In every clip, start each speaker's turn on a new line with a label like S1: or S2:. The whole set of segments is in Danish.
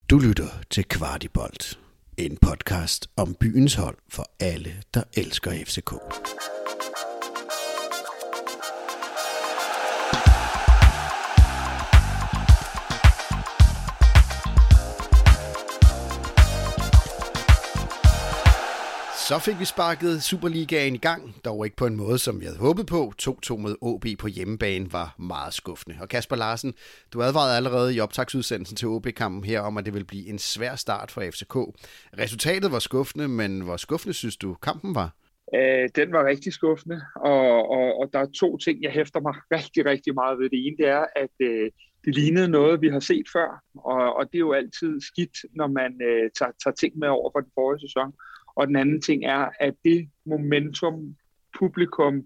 S1: Du lytter til Kvartibolt, en podcast om byens hold for alle, der elsker FCK. Så fik vi sparket Superligaen i gang, dog ikke på en måde, som vi havde håbet på. 2-2 mod OB på hjemmebane var meget skuffende. Og Kasper Larsen, du advarede allerede i optagsudsendelsen til OB-kampen her om, at det ville blive en svær start for FCK. Resultatet var skuffende, men hvor skuffende synes du kampen var?
S2: Den var rigtig skuffende, og der er to ting, jeg hæfter mig rigtig, rigtig meget ved. Det ene, det er, at det lignede noget, vi har set før, og det er jo altid skidt, når man tager ting med over fra den forrige sæson. Og den anden ting er, at det momentum, publikum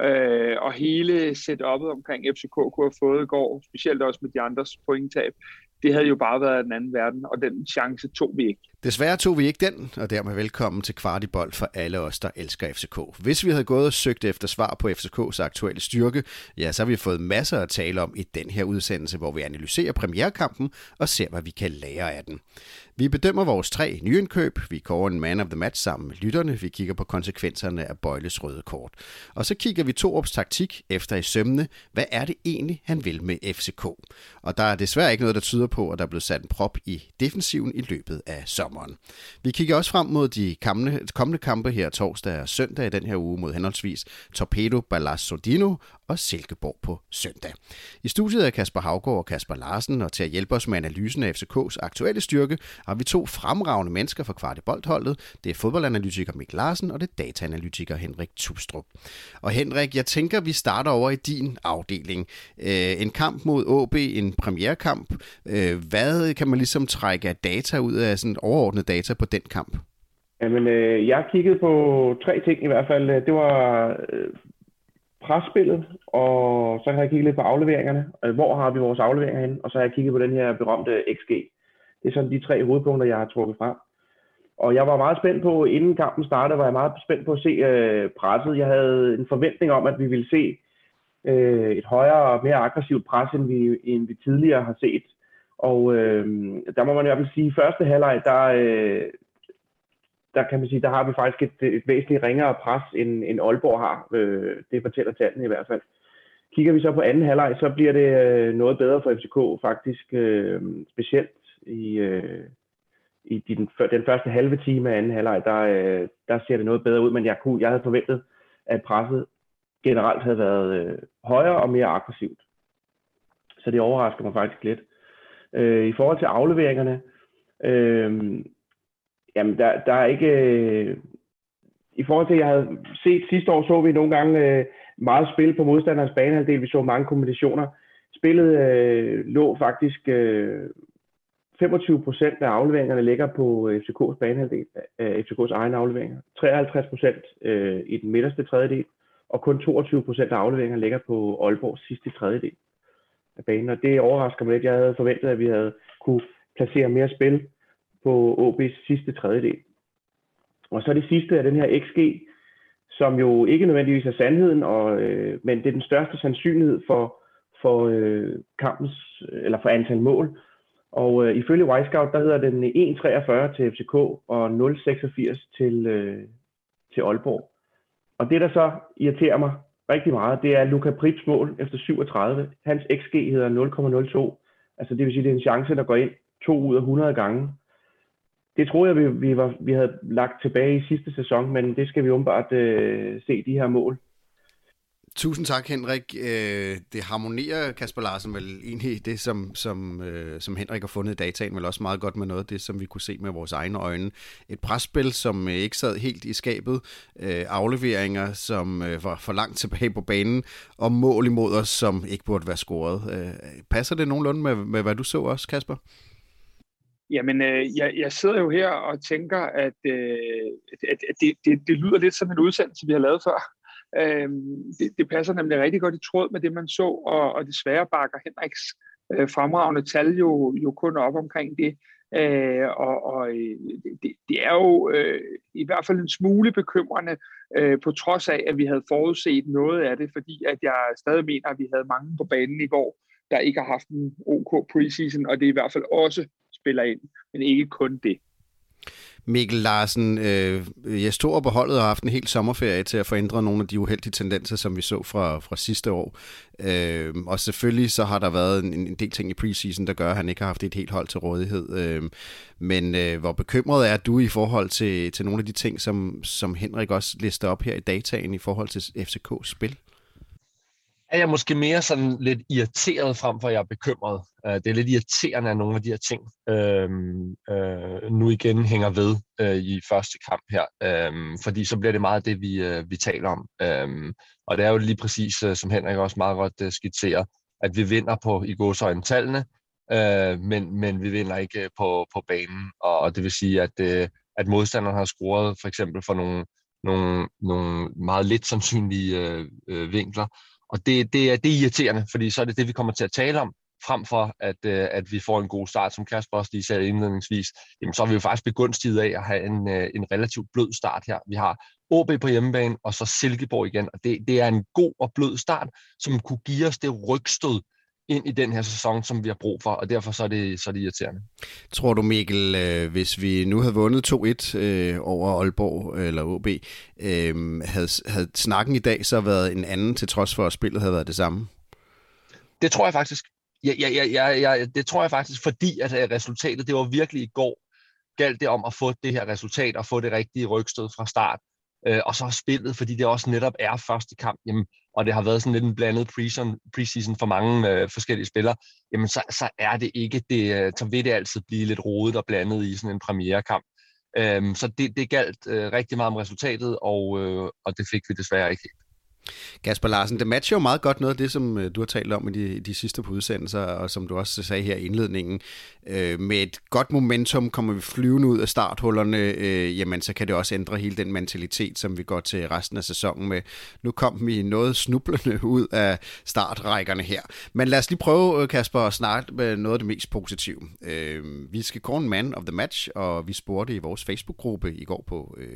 S2: og hele setup'et omkring FCK kunne have fået i går, specielt også med de andres pointtab, det havde jo bare været den anden verden, og den chance tog vi ikke.
S1: Desværre tog vi ikke den, og dermed velkommen til Kvartibolt for alle os, der elsker FCK. Hvis vi havde gået og søgt efter svar på FCKs aktuelle styrke, ja, så har vi fået masser at tale om i den her udsendelse, hvor vi analyserer premierkampen og ser, hvad vi kan lære af den. Vi bedømmer vores 3 nyindkøb, vi kårer en man of the match sammen med lytterne, vi kigger på konsekvenserne af Bøjles røde kort. Og så kigger vi Torups taktik efter i sømmene. Hvad er det egentlig, han vil med FCK? Og der er desværre ikke noget, der tyder på, at der er blevet sat en prop i defensiven i løbet af sommeren. Vi kigger også frem mod de kommende kampe her torsdag og søndag i den her uge mod henholdsvis Torpedo Balassodino og Silkeborg på søndag. I studiet er Kasper Haugaard og Kasper Larsen, og til at hjælpe os med analysen af FCKs aktuelle styrke har vi 2 fremragende mennesker fra Kvartibolt-holdet. Det er fodboldanalytiker Mikkel Larsen, og det er dataanalytiker Henrik Tustrup. Og Henrik, jeg tænker, vi starter over i din afdeling. En kamp mod OB, en premierkamp. Hvad kan man ligesom trække af data ud af sådan overordnet data på den kamp?
S3: Jamen, jeg kiggede på 3 ting i hvert fald. Det var presspillet, og så har jeg kigget lidt på afleveringerne. Hvor har vi vores afleveringer henne? Og så har jeg kigget på den her berømte XG. Det er sådan de 3 hovedpunkter, jeg har trukket frem. Og jeg var meget spændt på, inden kampen startede, var jeg meget spændt på at se presset. Jeg havde en forventning om, at vi ville se et højere og mere aggressivt pres, end vi tidligere har set. Og der må man i hvert fald sige, at i første halvleg, der kan man sige, der har vi faktisk et væsentligt ringere pres, end Aalborg har. Det fortæller tallene i hvert fald. Kigger vi så på anden halvleg, så bliver det noget bedre for FCK faktisk, specielt i den første halve time af anden halvleg, der ser det noget bedre ud, men jeg havde forventet, at presset generelt havde været højere og mere aggressivt. Så det overrasker mig faktisk lidt. I forhold til afleveringerne, jamen der er ikke... I forhold til, jeg havde set sidste år, så vi nogle gange meget spil på modstanderens banehalvdel. Vi så mange kombinationer. Spillet lå faktisk 25% af afleveringerne ligger på FCK's banehalvdel, FCK's egne afleveringer. 53% i den midterste tredjedel, og kun 22% af afleveringerne ligger på Aalborgs sidste tredjedel af banen. Og det overrasker mig lidt. Jeg havde forventet, at vi havde kunne placere mere spil på OB's sidste tredjedel. Og så det sidste af den her XG, som jo ikke nødvendigvis er sandheden, men det er den største sandsynlighed for kampens, eller for antal mål. Og ifølge Wisecout, der hedder den 1,43 til FCK og 0,86 til Aalborg. Og det, der så irriterer mig rigtig meget, det er Luka Prips mål efter 37. Hans XG hedder 0,02. Altså det vil sige, det er en chance, der går ind 2 ud af 100 gange. Det troede jeg, vi havde lagt tilbage i sidste sæson, men det skal vi åbenbart se de her mål.
S1: Tusind tak, Henrik. Det harmonerer, Kasper Larsen, vel egentlig det, som Henrik har fundet i dataen, vel også meget godt med noget af det, som vi kunne se med vores egne øjne. Et presspil, som ikke sad helt i skabet, afleveringer, som var for langt tilbage på banen, og mål imod os, som ikke burde være scoret. Passer det nogenlunde med hvad du så også, Kasper?
S2: Jamen, jeg sidder jo her og tænker, at det lyder lidt som en udsendelse, vi har lavet før. Det passer nemlig rigtig godt i tråd med det, man så, og desværre bakker Henriks fremragende tal jo kun op omkring det. Det er jo i hvert fald en smule bekymrende, på trods af, at vi havde forudset noget af det, fordi at jeg stadig mener, at vi havde mange på banen i går, der ikke har haft en OK preseason, og det er i hvert fald også spiller ind, men ikke kun det.
S1: Mikkel Larsen, Jes Torup og holdet har haft en hel sommerferie til at forændre nogle af de uheldige tendenser, som vi så fra sidste år. Og selvfølgelig så har der været en del ting i preseason, der gør, at han ikke har haft et helt hold til rådighed. Men hvor bekymret er du i forhold til nogle af de ting, som Henrik også lister op her i dataen i forhold til FCK's spil?
S4: Er jeg måske mere sådan lidt irriteret frem for, at jeg er bekymret. Det er lidt irriterende, at nogle af de her ting nu igen hænger ved i første kamp her. Fordi så bliver det meget det, vi taler om. Og det er jo lige præcis, som Henrik også meget godt skitserer, at vi vinder på i gåseøjne tallene, men vi vinder ikke på banen. Og det vil sige, at modstanderen har scoret for eksempel for nogle meget lidt sandsynlige vinkler. Og det er irriterende, fordi så er det, vi kommer til at tale om, frem for at vi får en god start, som Kasper også lige sagde indledningsvis. Jamen, så er vi jo faktisk begunstiget af at have en relativt blød start her. Vi har OB på hjemmebane, og så Silkeborg igen. Og det er en god og blød start, som kunne give os det rygstød ind i den her sæson, som vi har brug for, og derfor så er det irriterende.
S1: Tror du, Mikkel, hvis vi nu havde vundet 2-1 over Aalborg eller OB, havde snakken i dag så været en anden, til trods for, at spillet havde været det samme?
S4: Det tror jeg faktisk. Det tror jeg faktisk, fordi at resultatet, det var virkelig i går, galt det om at få det her resultat og få det rigtige rygstød fra start. Og så spillet, fordi det også netop er første kamp, jamen, og det har været sådan lidt en blandet preseason for mange forskellige spillere, jamen så er det ikke det, så vil det altid blive lidt rodet og blandet i sådan en premierekamp. Så det galt rigtig meget om resultatet, og det fik vi desværre ikke helt.
S1: Kasper Larsen, det matcher jo meget godt noget af det, som du har talt om i de sidste på udsendelser, og som du også sagde her i indledningen. Med et godt momentum kommer vi flyvende ud af starthullerne, jamen så kan det også ændre hele den mentalitet, som vi går til resten af sæsonen med. Nu kom vi noget snublende ud af startrækkerne her. Men lad os lige prøve, Kasper, at snakke med noget af det mest positive. Vi skal kåre en man of the match, og vi spurgte i vores Facebook-gruppe i går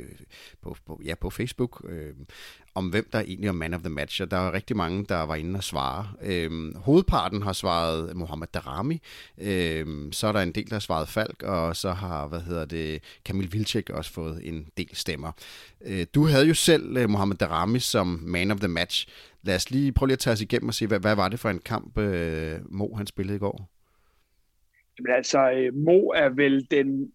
S1: på Facebook, om hvem der egentlig er man of the match, og der er rigtig mange, der var inde og svare. Hovedparten har svaret Mohamed Daramy, så er der en del, der har svaret Falk, og så har, Kamil Vilcek også fået en del stemmer. Du havde jo selv Mohamed Daramy som man of the match. Lad os lige prøve at tage os igennem og se, hvad var det for en kamp, Mo han spillede i går?
S2: Jamen altså, Mo er vel den...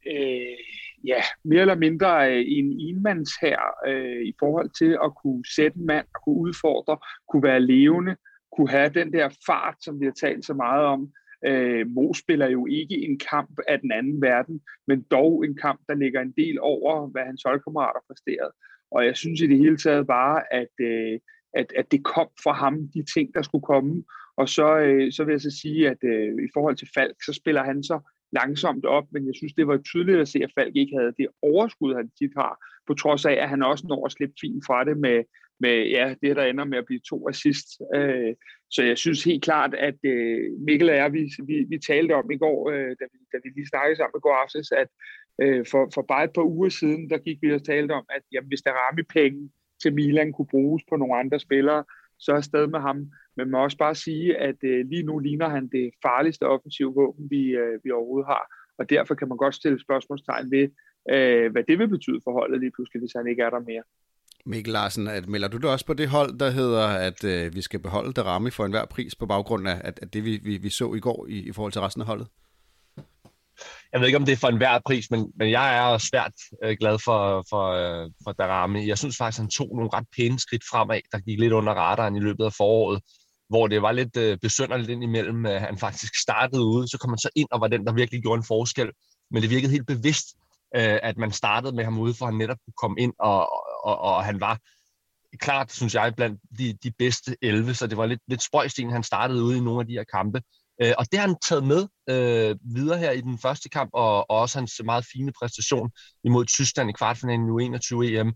S2: mere eller mindre en enmandshær i forhold til at kunne sætte en mand, at kunne udfordre, kunne være levende, kunne have den der fart, som vi har talt så meget om. Mo spiller jo ikke en kamp af den anden verden, men dog en kamp, der ligger en del over, hvad hans holdkammerater præsterede. Og jeg synes i det hele taget bare, at det kom fra ham, de ting, der skulle komme. Og så vil jeg så sige, at i forhold til Falk, så spiller han så langsomt op, men jeg synes, det var tydeligt at se, at Falk ikke havde det overskud, han tit har, på trods af, at han også når at slippe fint fra det med det, der ender med at blive 2 assist. Så jeg synes helt klart, at Mikkel og jeg, vi talte om i går, da vi lige snakkede sammen med går aftes, at for bare et par uger siden, der gik vi og talte om, at jamen, hvis der rammer penge til Milan kunne bruges på nogle andre spillere, så er afsted med ham. Men man må også bare sige, at lige nu ligner han det farligste offensive våben, vi overhovedet har. Og derfor kan man godt stille spørgsmålstegn ved, hvad det vil betyde for holdet lige pludselig, hvis han ikke er der mere.
S1: Mikkel Larsen, melder du det også på det hold, der hedder, at vi skal beholde Daramy for enhver pris på baggrund af at det, vi så i går i forhold til resten af holdet?
S4: Jeg ved ikke, om det er for enhver pris, men jeg er svært glad for Daramy. Jeg synes faktisk, han tog nogle ret pæne skridt fremad, der gik lidt under radaren i løbet af foråret, hvor det var lidt besynderligt indimellem, at han faktisk startede ude, så kom han så ind og var den, der virkelig gjorde en forskel. Men det virkede helt bevidst, at man startede med ham ude, for han netop kunne komme ind, og han var klart, synes jeg, blandt de bedste 11, så det var lidt spøjst, han startede ude i nogle af de her kampe. Og det har han taget med videre her i den første kamp, og også hans meget fine præstation imod Tyskland i kvartfinalen i U21 EM,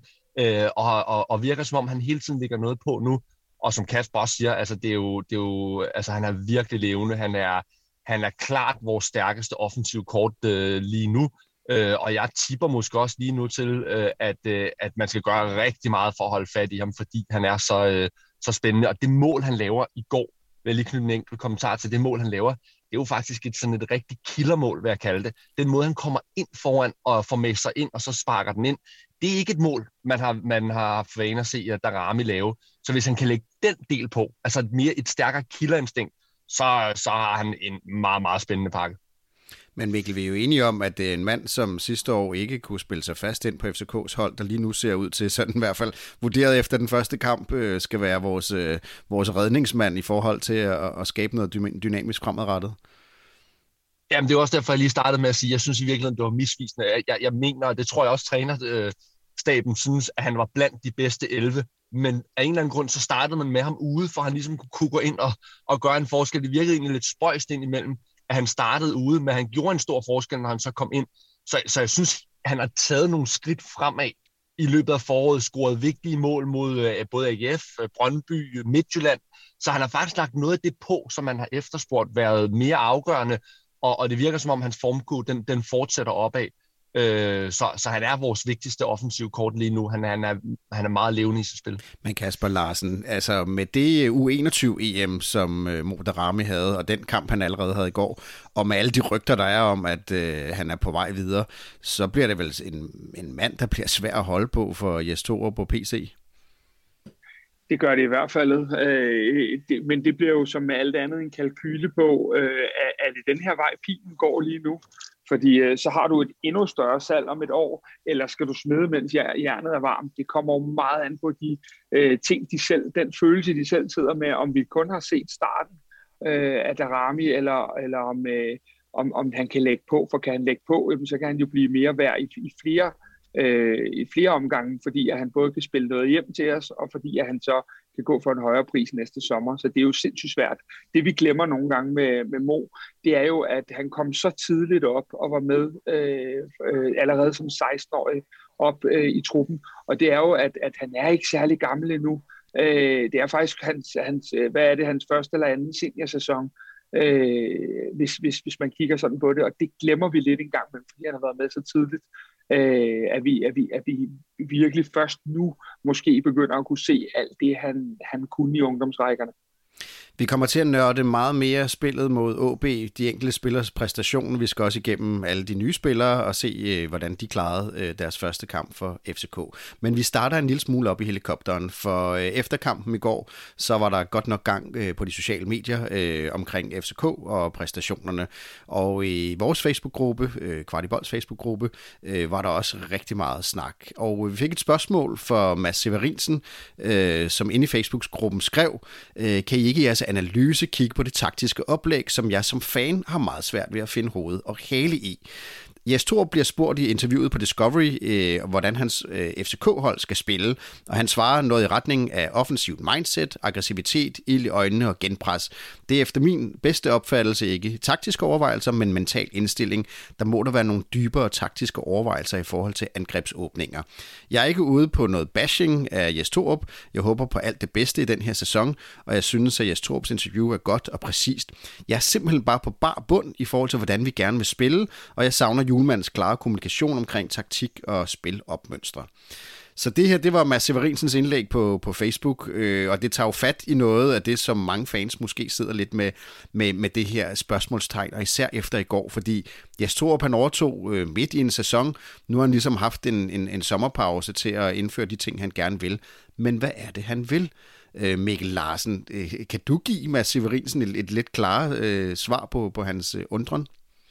S4: og virker som om, han hele tiden lægger noget på nu. Og som Kasper også siger, altså det er jo altså han er virkelig levende. Han er klart vores stærkeste offensive kort lige nu. Og jeg tipper måske også lige nu til, at man skal gøre rigtig meget for at holde fat i ham, fordi han er så spændende. Og det mål, han laver i går, vil jeg lige knytte en enkelt kommentar til det mål, han laver. det er jo faktisk sådan et rigtig killermål, vil jeg kalde det. Den måde, han kommer ind foran og får med sig ind, og så sparker den ind, det er ikke et mål, man har haft for vane at se Daramy lave. Så hvis han kan lægge den del på, altså et stærkere killerinstinkt, så har han en meget, meget spændende pakke.
S1: Men Mikkel, vi er jo enige om, at det er en mand, som sidste år ikke kunne spille sig fast ind på FCK's hold, der lige nu ser ud til, sådan i hvert fald vurderet efter den første kamp, skal være vores redningsmand i forhold til at skabe noget dynamisk fremadrettet.
S4: Jamen, det er også derfor, jeg lige startede med at sige, at jeg synes i virkeligheden, det var misvisende. Jeg mener, og det tror jeg også trænerstaben synes, at han var blandt de bedste 11, men af en eller anden grund, så startede man med ham ude, for han ligesom kunne gå ind og gøre en forskel. Det virkede egentlig lidt spøjst ind imellem, at han startede ude, men han gjorde en stor forskel, når han så kom ind. Så jeg synes, han har taget nogle skridt fremad i løbet af foråret, scoret vigtige mål mod både AGF, Brøndby, Midtjylland. Så han har faktisk lagt noget af det på, som man har efterspurgt, været mere afgørende, og det virker som om hans formkurve, den fortsætter opad. Så han er vores vigtigste offensive kort lige nu. Han er meget levende i sit spil.
S1: Men Kasper Larsen, altså med det U21-EM, som Mo Daramy havde, og den kamp, han allerede havde i går, og med alle de rygter, der er om, at han er på vej videre, så bliver det vel en mand, der bliver svær at holde på for Jes Torup på PC?
S2: Det gør det i hvert fald, men det bliver jo som med alt andet en kalkyle på, er det den her vej, pilen går lige nu? Fordi så har du et endnu større salg om et år, eller skal du smide, mens jernet er varmt? Det kommer jo meget an på de ting, den følelse, de selv sidder med, om vi kun har set starten af Daramy, eller om han kan lægge på, for kan han lægge på, så kan han jo blive mere værd i flere omgange, fordi at han både kan spille noget hjem til os, og fordi at han så kan gå for en højere pris næste sommer. Så det er jo sindssygt svært. Det vi glemmer nogle gange med Mo, det er jo, at han kom så tidligt op og var med allerede som 16-årig op i truppen. Og det er jo, at han er ikke særlig gammel endnu. Det er faktisk hans første eller anden seniorsæson, hvis man kigger sådan på det, og det glemmer vi lidt engang, fordi han har været med så tidligt, at vi virkelig først nu måske begynder at kunne se alt det, han kunne i ungdomsrækkerne.
S1: Vi kommer til at nørde meget mere spillet mod OB, de enkelte spillers præstation. Vi skal også igennem alle de nye spillere og se, hvordan de klarede deres første kamp for FCK. Men vi starter en lille smule op i helikopteren, for efter kampen i går, så var der godt nok gang på de sociale medier omkring FCK og præstationerne. Og i vores Facebook-gruppe, Kvartibolds Facebook-gruppe, var der også rigtig meget snak. Og vi fik et spørgsmål fra Mads Severinsen, som inde i Facebook-gruppen skrev, kan I ikke i jeres analyse kigge på det taktiske oplæg, som jeg som fan har meget svært ved at finde hoved og hale i? Jes Torup bliver spurgt i interviewet på Discovery, hvordan hans FCK-hold skal spille, og han svarer noget i retning af offensivt mindset, aggressivitet, ild i øjnene og genpres. Det er efter min bedste opfattelse ikke taktiske overvejelser, men mental indstilling. Der må der være nogle dybere taktiske overvejelser i forhold til angrebsåbninger. Jeg er ikke ude på noget bashing af Jes Torup. Jeg håber på alt det bedste i den her sæson, og jeg synes, at Jes Torups interview er godt og præcist. Jeg er simpelthen bare på bar bund i forhold til, hvordan vi gerne vil spille, og jeg savner Hjulmands klare kommunikation omkring taktik og spilopmønstre. Så det her, det var Mads Severinsens indlæg på Facebook, og det tager jo fat i noget af det, som mange fans måske sidder lidt med det her spørgsmålstegn, og især efter i går, fordi Jes Torup, han overtog midt i en sæson. Nu har han ligesom haft en sommerpause til at indføre de ting, han gerne vil. Men hvad er det, han vil? Mikkel Larsen, kan du give Mads Severinsen et lidt klare svar på hans undren?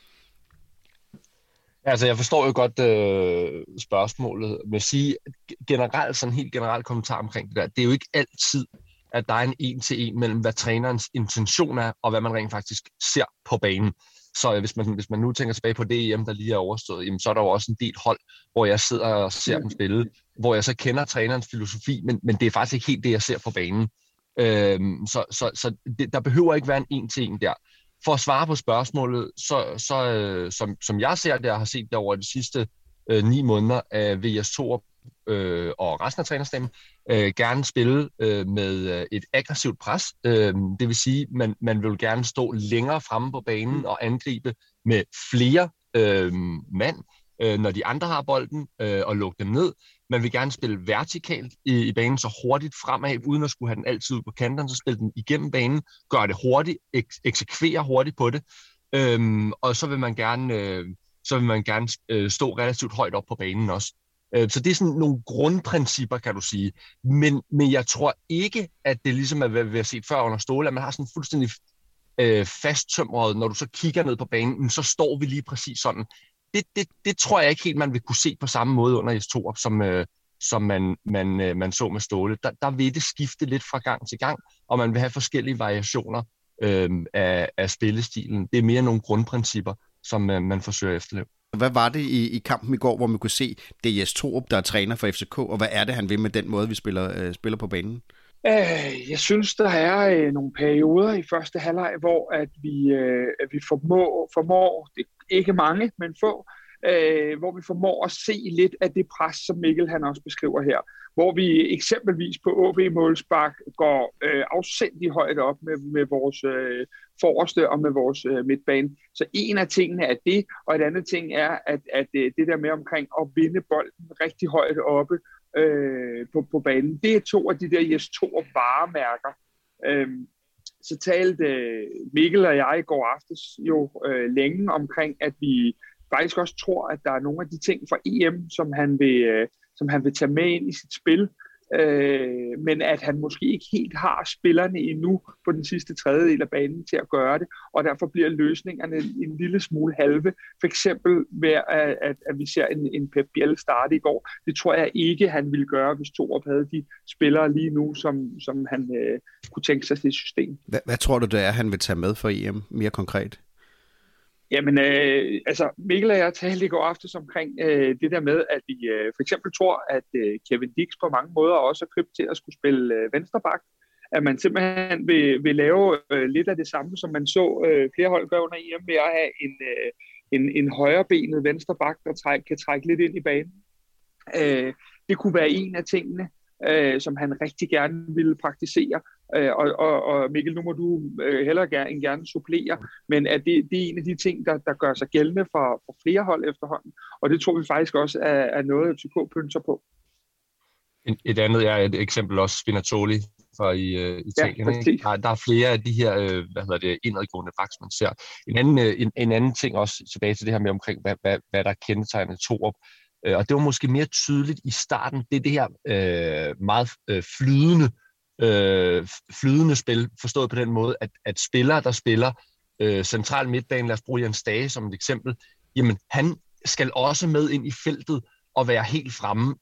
S4: Altså, jeg forstår jo godt spørgsmålet, men at sige generelt, sådan en helt generelt kommentar omkring det der, det er jo ikke altid, at der er en en-til-en mellem, hvad trænerens intention er, og hvad man rent faktisk ser på banen. Så hvis man nu tænker tilbage på det EM, der lige er overstået, jamen, så er der jo også en del hold, hvor jeg sidder og ser dem spille, hvor jeg så kender trænerens filosofi, men det er faktisk ikke helt det, jeg ser på banen. Så der behøver ikke være en en-til-en der. For at svare på spørgsmålet, som jeg ser det, og har set det over de sidste 9 måneder, vil Jes Torup og resten af trænerstammen gerne spille med et aggressivt pres. Det vil sige, man vil gerne stå længere fremme på banen og angribe med flere mand, når de andre har bolden, og lukke dem ned. Man vil gerne spille vertikalt i banen så hurtigt fremad, uden at skulle have den altid ud på kanterne, så spille den igennem banen, gøre det hurtigt, eksekvere hurtigt på det. Og så vil man gerne stå relativt højt op på banen også. Så det er sådan nogle grundprincipper, kan du sige. Men jeg tror ikke, at det ligesom er, hvad vi har set før under Ståle, at man har sådan fuldstændig fasttømret, når du så kigger ned på banen, så står vi lige præcis sådan. Det tror jeg ikke helt, man vil kunne se på samme måde under Jes Torup, som man så med Ståle. Der vil det skifte lidt fra gang til gang, og man vil have forskellige variationer af spillestilen. Det er mere nogle grundprincipper, som man forsøger at efterleve.
S1: Hvad var det i kampen i går, hvor man kunne se, det er Jes Torup, der er træner for FCK, og hvad er det, han vil med den måde, vi spiller på banen?
S2: Jeg synes, der er nogle perioder i første halvleg, hvor at vi formår, det er ikke mange, men få, hvor vi formår at se lidt af det pres, som Mikkel han også beskriver her. Hvor vi eksempelvis på AB målspark går afsindigt højt op med vores forreste og med vores midtbane. Så en af tingene er det, og et andet ting er, at det der med omkring at vinde bolden rigtig højt oppe på banen, det er to af de der Jes Torup varemærker. Så talte Mikkel og jeg i går aftes jo længe omkring, at vi faktisk også tror, at der er nogle af de ting fra EM, som han vil tage med ind i sit spil, men at han måske ikke helt har spillerne endnu på den sidste tredjedel af banen til at gøre det, og derfor bliver løsningerne en lille smule halve. For eksempel ved, at vi ser en Pep Biel starte i går. Det tror jeg ikke, han ville gøre, hvis Torup havde de spillere lige nu, som han kunne tænke sig til et system.
S1: Hvad tror du, det er, han vil tage med for EM mere konkret?
S2: Jamen, Mikkel og jeg talte i går aftes omkring det der med, at vi for eksempel tror, at Kevin Dix på mange måder også er købt til at skulle spille venstreback. At man simpelthen vil lave lidt af det samme, som man så flere hold gøre under EM, ved at have en højrebenet venstreback, der kan trække lidt ind i banen. Det kunne være en af tingene, som han rigtig gerne ville praktisere. Og Mikkel, nu må du hellere gerne supplere, men at det er en af de ting, der gør sig gældende for flere hold efterhånden, og det tror vi faktisk også er noget, FCK pynser på.
S4: Et andet er et eksempel også Spinazzoli fra Italien. Ja, der er flere af de her indadgående backs, man ser. En anden ting også tilbage til det her med omkring, hvad der kendetegner Torup. Og det var måske mere tydeligt i starten. Det er det her meget flydende spil, forstået på den måde, at spillere, der spiller central midtbane, lad os bruge Jens Dage som et eksempel, jamen han skal også med ind i feltet og være helt fremme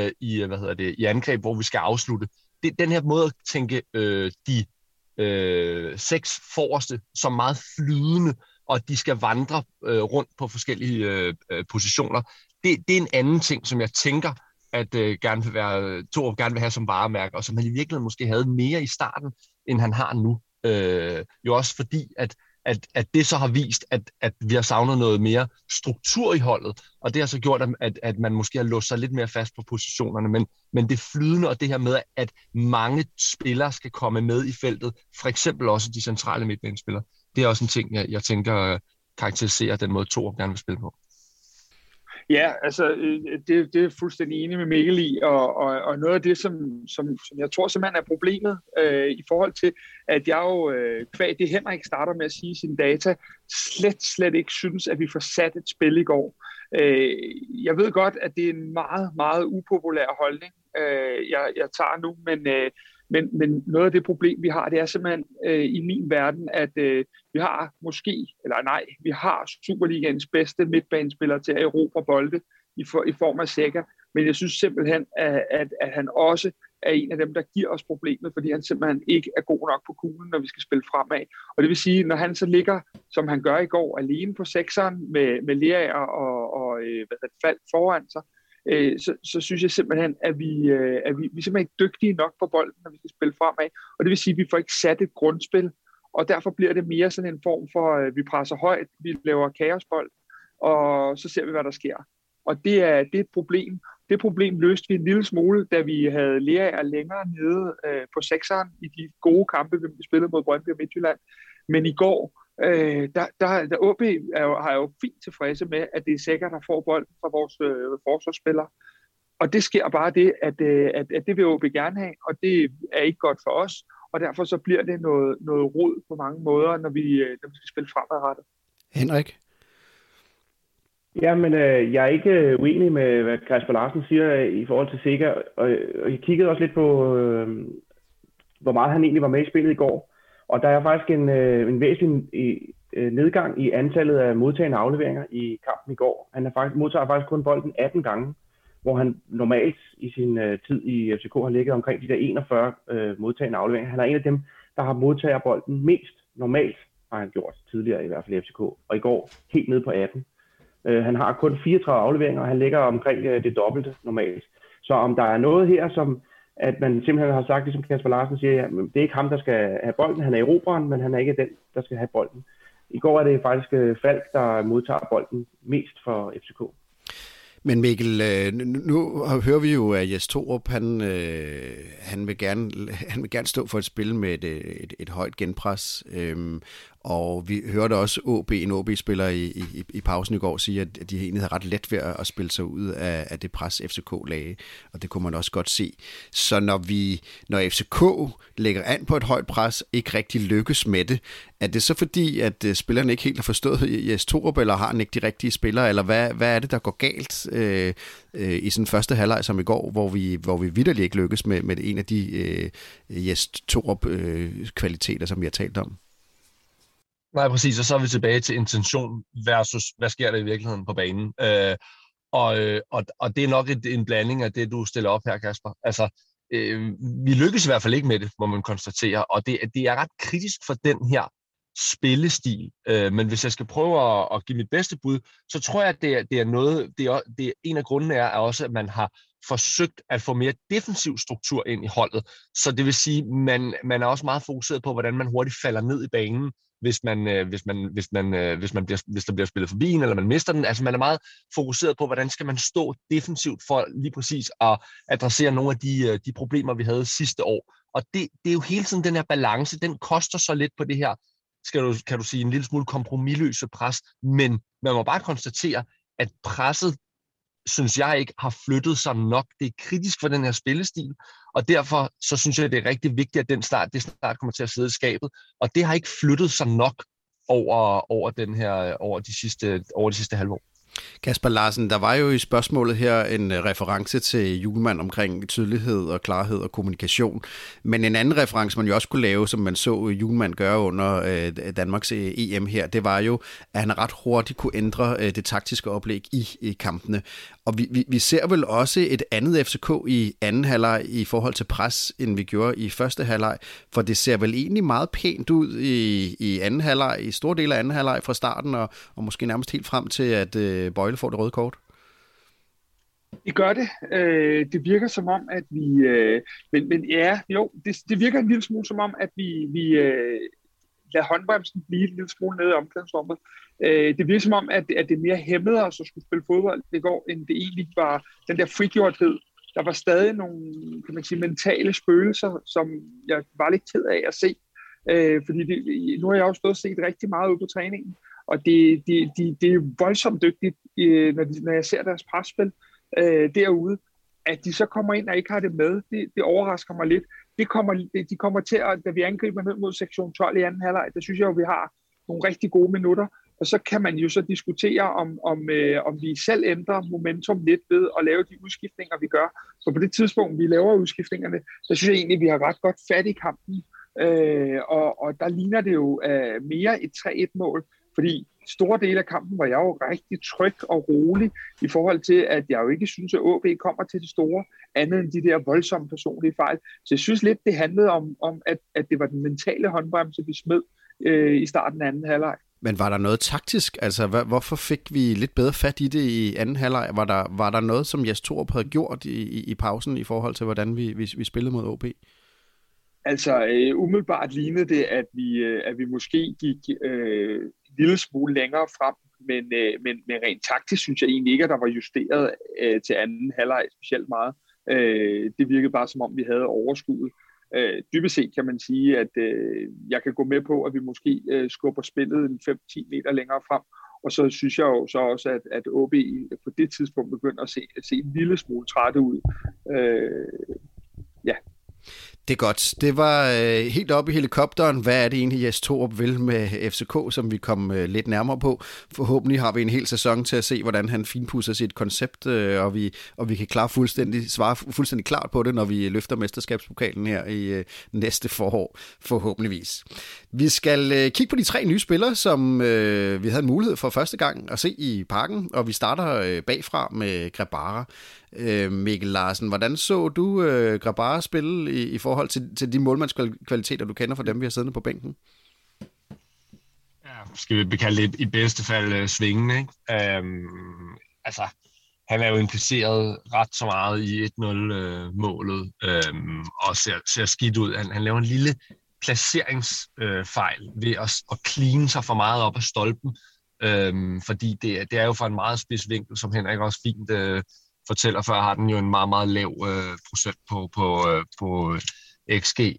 S4: i angreb, hvor vi skal afslutte. Det er den her måde at tænke de 6 forreste som meget flydende, og at de skal vandre rundt på forskellige positioner. Det er en anden ting, som jeg tænker, at Torup gerne vil have som varemærke, og som han i virkeligheden måske havde mere i starten, end han har nu. Jo også fordi, at det så har vist, at vi har savnet noget mere struktur i holdet, og det har så gjort, at man måske har låst sig lidt mere fast på positionerne, men det flydende og det her med, at mange spillere skal komme med i feltet, for eksempel også de centrale midtbanespillere, det er også en ting, jeg tænker karakteriserer den måde, Torup gerne vil spille på.
S2: Ja, altså det er fuldstændig enig med Mikkel i, og noget af det, som jeg tror simpelthen er problemet i forhold til, at jeg jo kvad det Henrik starter med at sige sine data, slet ikke synes, at vi får sat et spil i går. Jeg ved godt, at det er en meget, meget upopulær holdning, jeg tager nu, men noget af det problem, vi har, det er simpelthen i min verden, at vi har vi har Superligaens bedste midtbanespiller til at erobre bolde i form af Zeca, men jeg synes simpelthen, at han også er en af dem, der giver os problemet, fordi han simpelthen ikke er god nok på kuglen, når vi skal spille fremad. Og det vil sige, når han så ligger, som han gør i går, alene på sekseren med Lerager og Falk foran sig, så synes jeg simpelthen, at vi simpelthen ikke dygtige nok på bolden, når vi skal spille fremad. Og det vil sige, at vi får ikke sat et grundspil, og derfor bliver det mere sådan en form for, at vi presser højt, vi laver kaosbold, og så ser vi, hvad der sker. Og det er et problem. Det problem løste vi en lille smule, da vi havde Lerager længere nede på sekseren i de gode kampe, vi spillede mod Brøndby og Midtjylland. Men i går, der OB har jo fint tilfredse med, at det er Zeca, der får bolden fra vores forsvarsspillere. Og det sker bare det, at det vil OB gerne have, og det er ikke godt for os. Og derfor så bliver det noget rod på mange måder, når vi skal spille fremadrettet.
S1: Henrik?
S3: Ja, men jeg er ikke uenig med, hvad Kasper Larsen siger i forhold til Sega, og jeg kiggede også lidt på, hvor meget han egentlig var med i spillet i går. Og der er faktisk en væsentlig nedgang i antallet af modtagende afleveringer i kampen i går. Han modtager faktisk kun bolden 18 gange, hvor han normalt i sin tid i FCK har ligget omkring de der 41 modtagende afleveringer. Han er en af dem, der har modtaget bolden mest normalt, har han gjort tidligere i hvert fald i FCK, og i går helt ned på 18. Han har kun 34 afleveringer, og han ligger omkring det dobbelte normalt. Så om der er noget her, som at man simpelthen har sagt, ligesom Kasper Larsen siger, ja, det er ikke ham, der skal have bolden. Han er erobreren, men han er ikke den, der skal have bolden. I går er det faktisk Falk, der modtager bolden mest for FCK.
S1: Men Mikkel, nu hører vi jo, at Jes Torup, han vil gerne stå for et spil med et højt genpres. Og vi hørte også en OB-spiller i pausen i går sige, at de egentlig havde ret let ved at spille sig ud af det pres, FCK lagde, og det kunne man også godt se. Så når FCK lægger an på et højt pres, ikke rigtig lykkes med det, er det så fordi, at spillerne ikke helt har forstået Jes Torup, eller har han ikke de rigtige spillere, eller hvad er det, der går galt i sådan første halvleg som i går, hvor vi vitterligt ikke lykkes med en af de Jes Torup-kvaliteter, som vi har talt om?
S4: Nej, præcis, og så er vi tilbage til intention versus, hvad sker der i virkeligheden på banen. Og det er nok en blanding af det, du stiller op her, Kasper. Altså, vi lykkes i hvert fald ikke med det, må man konstatere, og det er ret kritisk for den her spillestil. Men hvis jeg skal prøve at give mit bedste bud, så tror jeg, at det er noget, en af grundene er også, at man har forsøgt at få mere defensiv struktur ind i holdet. Så det vil sige, man er også meget fokuseret på, hvordan man hurtigt falder ned i banen, hvis der bliver spillet forbi en, eller man mister den. Altså man er meget fokuseret på, hvordan skal man stå defensivt for lige præcis at adressere nogle af de problemer, vi havde sidste år. Og det er jo hele tiden den her balance, den koster så lidt på det her, kan du sige, en lille smule kompromisløse pres, men man må bare konstatere, at presset, synes jeg ikke, har flyttet sig nok. Det er kritisk for den her spillestil, og derfor så synes jeg, det er rigtig vigtigt, at det snart kommer til at sidde i skabet, og det har ikke flyttet sig nok over de sidste halvår.
S1: Kasper Larsen, der var jo i spørgsmålet her en reference til Hjulmand omkring tydelighed og klarhed og kommunikation, men en anden reference, man jo også kunne lave, som man så Hjulmand gøre under Danmarks EM her, det var jo, at han ret hurtigt kunne ændre det taktiske oplæg i kampene. Og vi ser vel også et andet FCK i anden halvleg i forhold til pres, end vi gjorde i første halvleg, for det ser vel egentlig meget pænt ud i anden halvleg, i store dele af anden halvleg fra starten, og måske nærmest helt frem til, at Bøjle får det røde kort.
S2: Det gør det. Det virker som om, at vi... det virker en lille smule som om, at vi lader håndbremsen blive en lille smule nede i omklædningsrummet. Det virker som om, at det mere hæmmede os at skulle spille fodbold i går, end det egentlig var den der frigjorthed. Der var stadig nogle, kan man sige, mentale spøgelser, som jeg var lidt ked af at se. Fordi nu har jeg også stået og set rigtig meget ude på træningen, og det er voldsomt dygtigt, når jeg ser deres presspil derude. At de så kommer ind og ikke har det med, det overrasker mig lidt. De kommer til, at da vi angriber ned mod sektion 12 i anden halvleg, der synes jeg jo, vi har nogle rigtig gode minutter. Og så kan man jo så diskutere, om vi selv ændrer momentum lidt ved at lave de udskiftninger, vi gør. Så på det tidspunkt, vi laver udskiftningerne, så synes jeg egentlig, at vi har ret godt fat i kampen. Og der ligner det jo mere et 3-1-mål, fordi store dele af kampen var jeg jo rigtig tryg og rolig i forhold til, at jeg jo ikke synes, at AB kommer til det store, andet end de der voldsomme personlige fejl. Så jeg synes lidt, det handlede om at det var den mentale håndbremse, vi smed i starten af anden halvleg.
S1: Men var der noget taktisk? Altså, hvorfor fik vi lidt bedre fat i det i anden halvleg? Var der noget, som Jes Torup havde gjort i pausen i forhold til, hvordan vi spillede mod AB?
S2: Altså, umiddelbart lignede det, at vi måske gik en lille smule længere frem, men rent taktisk synes jeg egentlig ikke, at der var justeret til anden halvleg specielt meget. Det virkede bare som om, vi havde overskuddet. Dybest set kan man sige, at jeg kan gå med på, at vi måske skubber spillet en 5-10 meter længere frem, og så synes jeg jo så også, at OB på det tidspunkt begynder at se en lille smule trætte ud. Ja.
S1: Det er godt. Det var helt oppe i helikopteren. Hvad er det egentlig, Jes Torup vil med FCK, som vi kom lidt nærmere på? Forhåbentlig har vi en hel sæson til at se, hvordan han finpudser sit koncept, og vi kan svare fuldstændig klart på det, når vi løfter mesterskabspokalen her i næste forår, forhåbentligvis. Vi skal kigge på de 3 nye spillere, som vi havde en mulighed for første gang at se i Parken, og vi starter bagfra med Grabara. Mikkel Larsen, hvordan så du Grabara spille i forhold til de målmandskvaliteter, du kender fra dem, vi har siddende på bænken?
S4: Ja, skal vi kalde det i bedste fald svingende, ikke? Altså, han er jo impliceret ret så meget i 1-0-målet, og ser skidt ud. Han laver en lille placeringsfejl ved at clean sig for meget op ad stolpen, fordi det er jo fra en meget spids vinkel, som Henrik også fint fortæller før, har den jo en meget, meget lav procent på XG.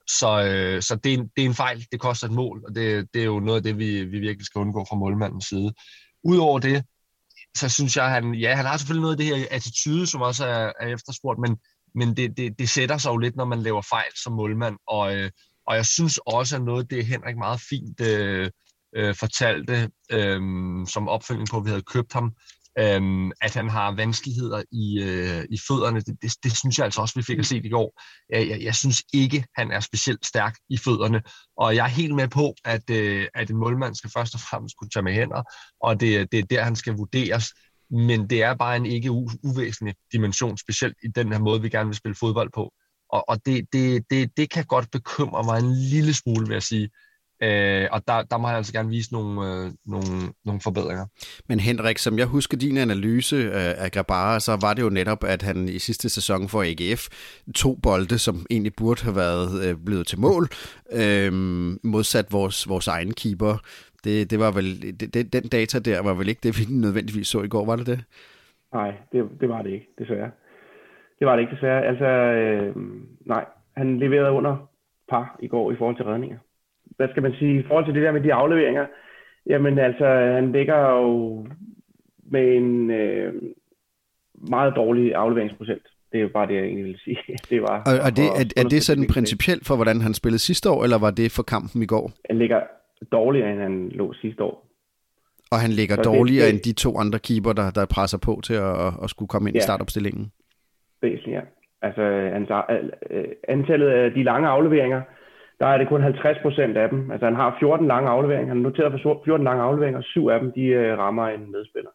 S4: Så det er en fejl, det koster et mål, og det er jo noget af det, vi virkelig skal undgå fra målmandens side. Udover det, så synes jeg, han har selvfølgelig noget af det her attitude, som også er efterspurgt, men det sætter sig jo lidt, når man laver fejl som målmand, og jeg synes også, at noget af det Henrik meget fint fortalte som opfølgning på, at vi havde købt ham, at han har vanskeligheder i fødderne. Det synes jeg altså også, vi fik at se i går. Jeg synes ikke, han er specielt stærk i fødderne, og jeg er helt med på, at en målmand skal først og fremmest kunne tage med hænder, og det er der, han skal vurderes. Men det er bare en ikke uvæsentlig dimension, specielt i den her måde, vi gerne vil spille fodbold på. Og det kan godt bekymre mig en lille smule, vil jeg sige. Og der må han altså gerne vise nogle forbedringer. Men
S1: Henrik, som jeg husker din analyse af Grabara, så var det jo netop, at han i sidste sæson for AGF 2 bolde, som egentlig burde have været blevet til mål, modsat vores egen keeper. Det var vel den data der var vel ikke det, vi nødvendigvis så i går, var det det?
S3: Nej, det var det ikke, desværre. Det var det ikke, desværre. Altså, nej, han leverede under par i går i forhold til redninger. Hvad skal man sige, i forhold til det der med de afleveringer, jamen altså, han ligger jo med en meget dårlig afleveringsprocent. Det er jo bare det, jeg egentlig vil sige. Det var,
S1: er det sådan principielt for, hvordan han spillede sidste år, eller var det for kampen i går?
S3: Han ligger dårligere, end han lå sidste år.
S1: Og han ligger dårligere end de 2 andre keeper, der presser på til at skulle komme ind i startopstillingen?
S3: Væsentligt, ja. Altså, antallet af de lange afleveringer, der er det kun 50% af dem. Altså han har 14 lange afleveringer. Han noteret for 14 lange afleveringer, og 7 af dem, de rammer en medspiller.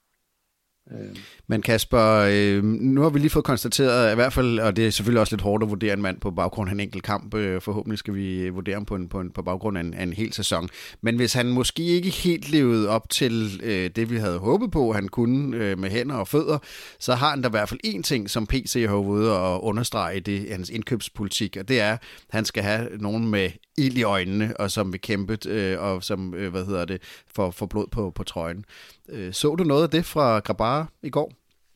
S1: Men Kasper, nu har vi lige fået konstateret, i hvert fald, og det er selvfølgelig også lidt hårdt at vurdere en mand på baggrund af en enkelt kamp, forhåbentlig skal vi vurdere ham på baggrund af en hel sæson. Men hvis han måske ikke helt levede op til det, vi havde håbet på, han kunne med hænder og fødder, så har han da i hvert fald en ting, som PC har ude og understrege det hans indkøbspolitik, og det er, at han skal have nogen med ild i øjnene, og som vil kæmpe, og som, får blod på trøjen. Så du noget af det fra Grabara i går?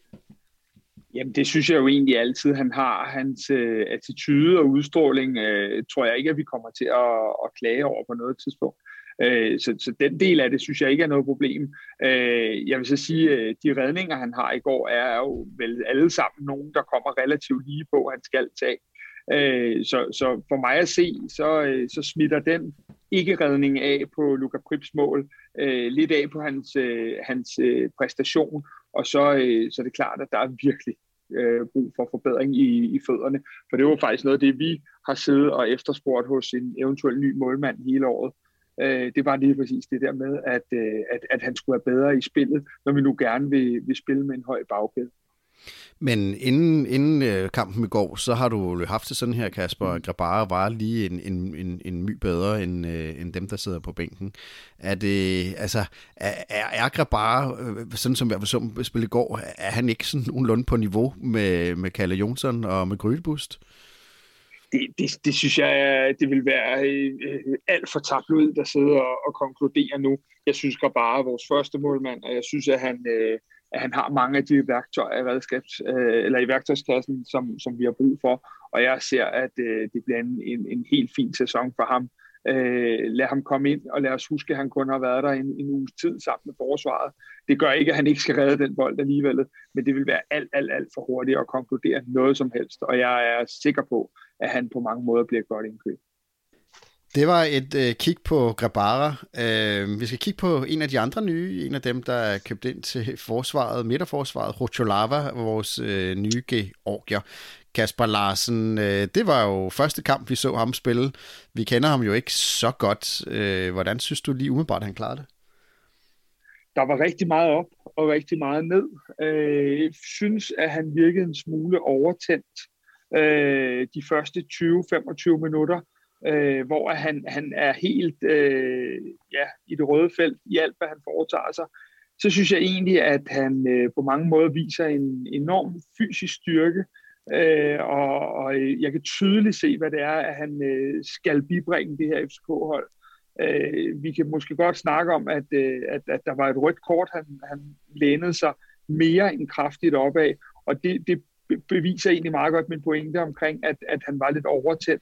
S2: Jamen det synes jeg jo egentlig altid, han har. Hans attitude og udstråling, tror jeg ikke, at vi kommer til at klage over på noget tidspunkt. Så den del af det, synes jeg ikke er noget problem. Jeg vil så sige, at de redninger, han har i går, er jo vel alle sammen nogen, der kommer relativt lige på, han skal tage. Så for mig at se, så smitter den ikke-redning af på Luka Prips mål, lidt af på hans præstation, og så er det klart, at der er virkelig brug for forbedring i fødderne. For det var faktisk noget af det, vi har siddet og efterspurgt hos en eventuel ny målmand hele året. Det var lige præcis det der med, at han skulle være bedre i spillet, når vi nu gerne vil spille med en høj bagkæde.
S1: Men inden kampen i går, så har du haft det sådan her, Kasper, at Grabara var lige en my bedre end dem, der sidder på bænken. Er Grabara, sådan som jeg så spille i går, er han ikke sådan nogenlunde på niveau med Kalle Jonsson og med Grydebust?
S2: Det synes jeg, det vil være alt for tabt ud, der sidder og konkluderer nu. Jeg synes Grabara er vores første målmand, og jeg synes, at han har mange af de værktøjer i værktøjskassen, som vi har brug for. Og jeg ser, at det bliver en helt fin sæson for ham. Lad ham komme ind, og lad os huske, at han kun har været der en uges tid sammen med forsvaret. Det gør ikke, at han ikke skal redde den bold alligevel, men det vil være alt for hurtigt at konkludere noget som helst. Og jeg er sikker på, at han på mange måder bliver et godt indkøb.
S1: Det var et kig på Grabara. Vi skal kigge på en af de andre nye, en af dem, der er købt ind til forsvaret, midterforsvaret, Rocholava, vores nye georgier. Kasper Larsen, det var jo første kamp, vi så ham spille. Vi kender ham jo ikke så godt. Hvordan synes du lige umiddelbart, han klarede det?
S2: Der var rigtig meget op og rigtig meget ned. Jeg synes, at han virkede en smule overtændt de første 20-25 minutter, hvor han er helt i det røde felt i alt, hvad han foretager sig. Så synes jeg egentlig, at han på mange måder viser en enorm fysisk styrke, og jeg kan tydeligt se, hvad det er, at han skal bibringe det her FCK-hold. Vi kan måske godt snakke om, at der var et rødt kort, han lænede sig mere end kraftigt opad, og det beviser egentlig meget godt min pointe omkring, at han var lidt overtændt.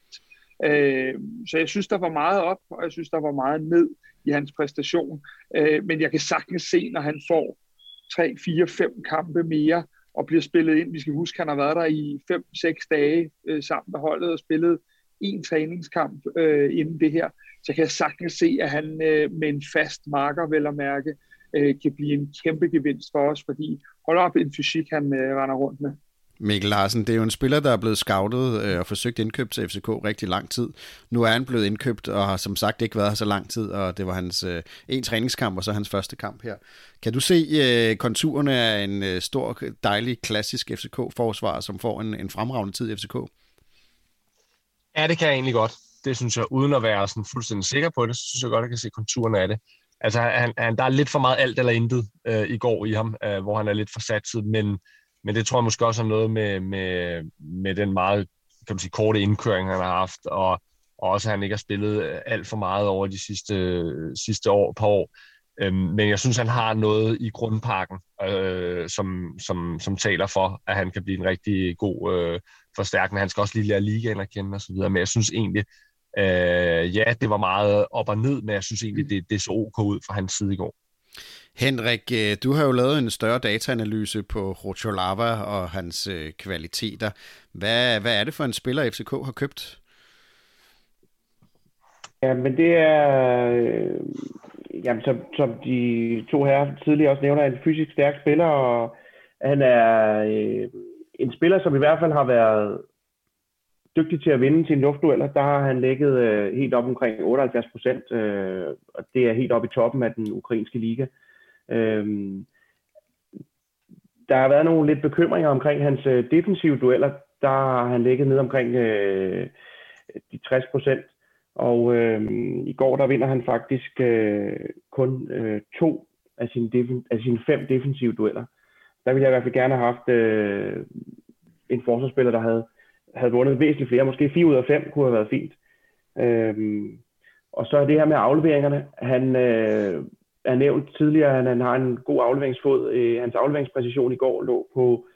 S2: Så jeg synes, der var meget op, og jeg synes, der var meget ned i hans præstation. Men jeg kan sagtens se, når han får 3, 4, 5 kampe mere og bliver spillet ind. Vi skal huske, han har været der i 5-6 dage sammen med holdet og spillet en træningskamp inden det her. Så kan jeg sagtens se, at han med en fast marker, vel at mærke, kan blive en kæmpe gevinst for os, fordi hold op en fysik, han render rundt med.
S1: Mikkel Larsen, det er jo en spiller, der er blevet scoutet og forsøgt indkøbt til FCK rigtig lang tid. Nu er han blevet indkøbt og har som sagt ikke været her så lang tid, og det var hans en træningskamp og så hans første kamp her. Kan du se konturerne af en stor, dejlig, klassisk FCK-forsvar, som får en fremragende tid i FCK?
S4: Ja, det kan jeg egentlig godt. Det synes jeg, uden at være sådan fuldstændig sikker på det, så synes jeg godt, at jeg kan se konturerne af det. Altså, der er lidt for meget alt eller intet i går i ham, hvor han er lidt for satset, men det tror jeg måske også har noget med den meget, kan man sige, korte indkøring, han har haft, og også at han ikke har spillet alt for meget over de sidste par år. Men jeg synes, han har noget i grundpakken, som taler for, at han kan blive en rigtig god forstærkende. Han skal også lige lære ligaen at kende og så videre, men jeg synes egentlig, det var meget op og ned, men jeg synes egentlig, det så ok ud fra hans side i går.
S1: Henrik, du har jo lavet en større dataanalyse på Rocholava og hans kvaliteter. Hvad er det for en spiller, FCK har købt?
S3: Ja, men det er, som de to herrer tidligere også nævner, en fysisk stærk spiller, og han er en spiller, som i hvert fald har været dygtig til at vinde sine luftdueller. Der har han ligget helt op omkring 78%, og det er helt op i toppen af den ukrainske liga. Der har været nogle lidt bekymringer omkring hans defensive dueller. Der har han ligget ned omkring de 60%, og i går der vinder han faktisk kun 2 af sine 5 defensive dueller. Der ville jeg i hvert fald gerne have haft en forsvarsspiller, der havde vundet væsentligt flere. Måske 4 ud af 5 kunne have været fint. Og så er det her med afleveringerne. Han er nævnt tidligere, at han har en god afleveringsfod. Hans afleveringspræcision i går lå på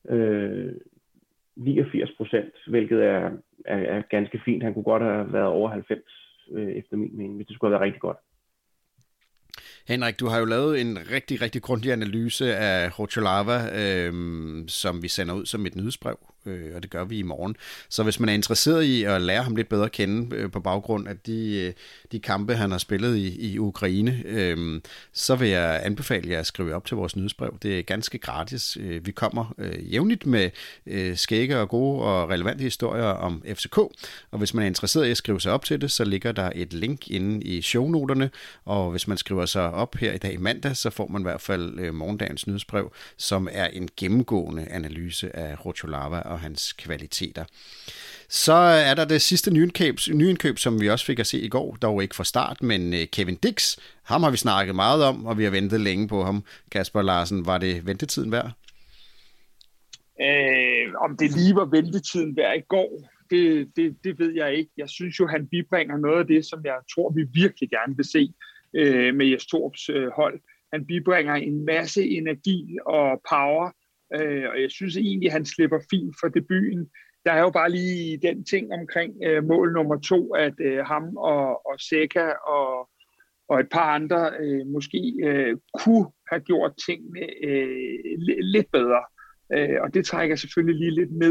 S3: 89%, hvilket er ganske fint. Han kunne godt have været over 90 efter min mening, hvis det skulle have været rigtig godt.
S1: Henrik, du har jo lavet en rigtig, rigtig grundig analyse af Rocholava, som vi sender ud som et nyhedsbrev, og det gør vi i morgen. Så hvis man er interesseret i at lære ham lidt bedre at kende på baggrund af de kampe, han har spillet i Ukraine, så vil jeg anbefale jer at skrive op til vores nyhedsbrev. Det er ganske gratis. Vi kommer jævnligt med skægge og gode og relevante historier om FCK, og hvis man er interesseret i at skrive sig op til det, så ligger der et link inde i shownoterne, og hvis man skriver sig op her i dag mandag, så får man i hvert fald morgendagens nyhedsbrev, som er en gennemgående analyse af Rocholava og hans kvaliteter. Så er der det sidste nyindkøb, som vi også fik at se i går, dog ikke fra start, men Kevin Dix, ham har vi snakket meget om, og vi har ventet længe på ham. Kasper Larsen, var det ventetiden værd?
S2: Om det lige var ventetiden værd i går, det ved jeg ikke. Jeg synes jo, han bibringer noget af det, som jeg tror, vi virkelig gerne vil se med Jes Torps hold. Han bibringer en masse energi og power, og jeg synes egentlig, han slipper fint for debuten. Der er jo bare lige den ting omkring mål nummer 2, at ham og Seca og et par andre måske kunne have gjort tingene lidt bedre. Og det trækker selvfølgelig lige lidt ned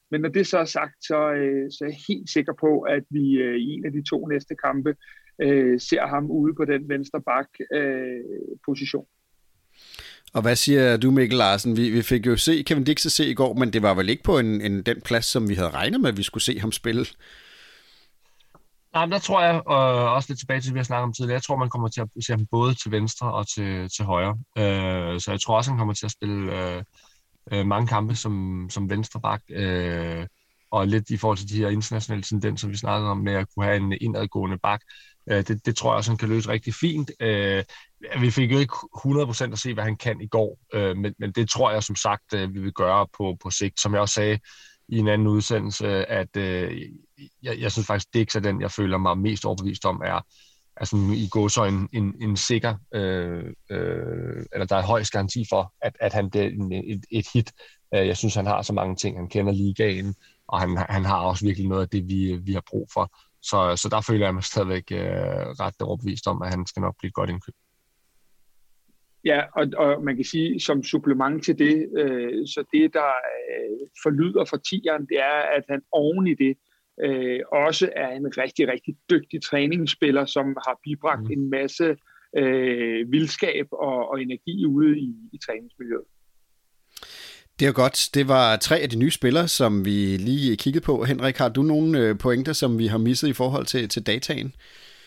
S2: Men når det så er sagt, så er jeg helt sikker på, at vi i en af de 2 næste kampe ser ham ude på den venstre bak position.
S1: Og hvad siger du, Mikkel Larsen? Vi fik jo se Kevin Dix se i går, men det var vel ikke på den plads, som vi havde regnet med, at vi skulle se ham spille?
S4: Nej, men der tror jeg, også lidt tilbage til, vi har snakket om tidligere, jeg tror, man kommer til at se ham både til venstre og til højre. Så jeg tror også, han kommer til at spille mange kampe som venstre bak, og lidt i forhold til de her internationale tendenser, vi snakkede om, med at kunne have en indadgående bak. Det tror jeg også, han kan løse rigtig fint. Vi fik jo ikke 100% at se, hvad han kan i går, men det tror jeg, som sagt, vi vil gøre på sigt. Som jeg også sagde i en anden udsendelse, at jeg synes faktisk, Dix er den, jeg føler mig mest overbevist om, er sådan i gåseøjne en sikker, eller der er højst garanti for, at han bliver et hit. Jeg synes, han har så mange ting, han kender ligaen, og han har også virkelig noget af det, vi har brug for. Så der føler jeg mig stadigvæk ret overbevist om, at han skal nok blive et godt indkøb.
S2: Ja, og man kan sige, som supplement til det, så det, der forlyder for tieren, det er, at han oven i det også er en rigtig, rigtig dygtig træningsspiller, som har bibragt en masse vildskab og energi ude i træningsmiljøet.
S1: Det er godt. Det var 3 af de nye spillere, som vi lige kiggede på. Henrik, har du nogle pointer, som vi har misset i forhold til dataen?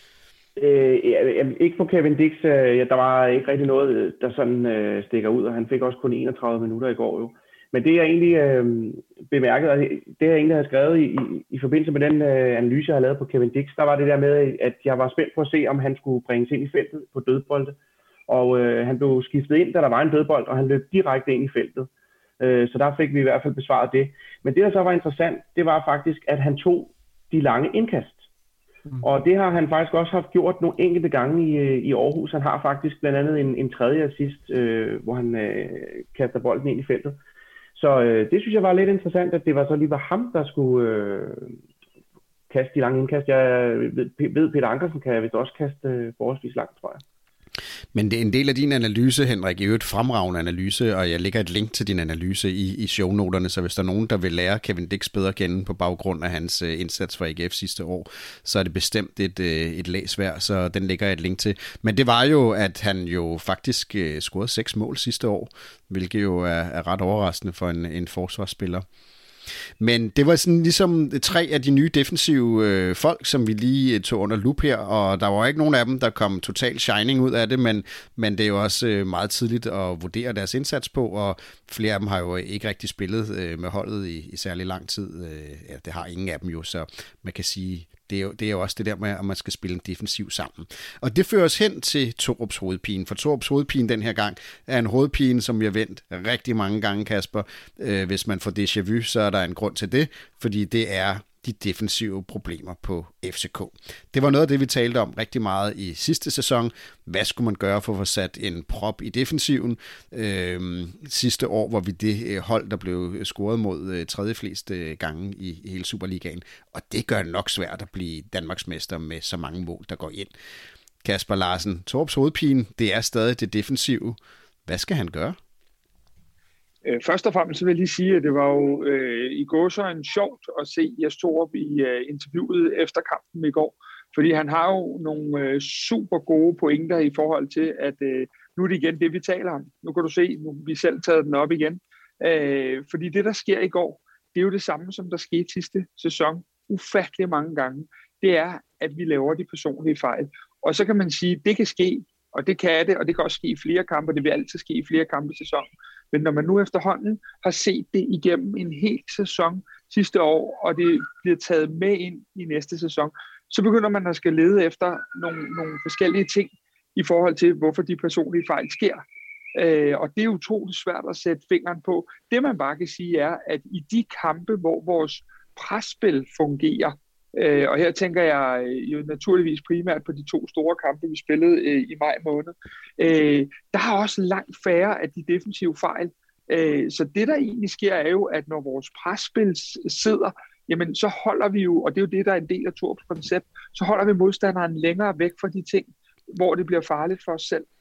S3: Ikke på Kevin Dix. Der var ikke rigtig noget, der sådan stikker ud, og han fik også kun 31 minutter i går jo. Men det jeg egentlig bemærket, og det jeg egentlig havde skrevet i forbindelse med den analyse, jeg har lavet på Kevin Dix, der var det der med, at jeg var spændt på at se, om han skulle bringes ind i feltet på dødbolde. Og han blev skiftet ind, da der var en dødbold, og han løb direkte ind i feltet. Så der fik vi i hvert fald besvaret det. Men det, der så var interessant, det var faktisk, at han tog de lange indkast. Og det har han faktisk også haft gjort nogle enkelte gange i Aarhus. Han har faktisk blandt andet en tredje assist, hvor han kaster bolden ind i feltet. Så det synes jeg var lidt interessant, at det var så lige var ham, der skulle kaste de lange indkast. Jeg ved Peter Ankersen kan vist også kaste forholdsvis langt, tror jeg.
S1: Men det er en del af din analyse, Henrik, er jo et fremragende analyse, og jeg lægger et link til din analyse i shownoterne, så hvis der er nogen, der vil lære Kevin Dix bedre at kende på baggrund af hans indsats for AGF sidste år, så er det bestemt et læs værd, så den lægger jeg et link til. Men det var jo, at han jo faktisk scorede 6 mål sidste år, hvilket jo er ret overraskende for en forsvarsspiller. Men det var sådan ligesom 3 af de nye defensive folk, som vi lige tog under lup her, og der var ikke nogen af dem, der kom total shining ud af det, men det er jo også meget tidligt at vurdere deres indsats på, og flere af dem har jo ikke rigtig spillet med holdet i særlig lang tid. Ja, det har ingen af dem jo, så man kan sige, det er jo også det der med, at man skal spille en defensiv sammen. Og det fører os hen til Thorups hovedpine, for Thorups hovedpine den her gang er en hovedpine, som vi har vendt rigtig mange gange, Kasper. Hvis man får déjà vu, så er der en grund til det, fordi det er de defensive problemer på FCK. Det var noget af det, vi talte om rigtig meget i sidste sæson. Hvad skulle man gøre for at få sat en prop i defensiven? Sidste år var vi det hold, der blev scoret mod tredje fleste gange i hele Superligaen. Og det gør det nok svært at blive Danmarksmester med så mange mål, der går ind. Kasper Larsen, Thorups hovedpine, det er stadig det defensive. Hvad skal han gøre?
S2: Først og fremmest så vil jeg lige sige, at det var jo i gåseøjne sjovt at se Jes Thorup i interviewet efter kampen i går. Fordi han har jo nogle super gode pointer i forhold til, at nu er det igen det, vi taler om. Nu kan du se, nu har vi selv taget den op igen. Fordi det, der sker i går, det er jo det samme, som der skete sidste sæson. Ufattelig mange gange. Det er, at vi laver de personlige fejl. Og så kan man sige, at det kan ske, og det kan det, og det kan også ske i flere kampe, og det vil altid ske i flere kampe i sæsonen. Men når man nu efterhånden har set det igennem en hel sæson sidste år, og det bliver taget med ind i næste sæson, så begynder man at skal lede efter nogle forskellige ting i forhold til, hvorfor de personlige fejl sker. Og det er utroligt svært at sætte fingeren på. Det man bare kan sige er, at i de kampe, hvor vores presspil fungerer, og her tænker jeg jo naturligvis primært på de 2 store kampe, vi spillede i maj måned. Der er også langt færre af de defensive fejl. Så det, der egentlig sker, er jo, at når vores presspil sidder, jamen så holder vi jo, og det er jo det, der er en del af Thorups koncept, så holder vi modstanderen længere væk fra de ting, hvor det bliver farligt for os selv.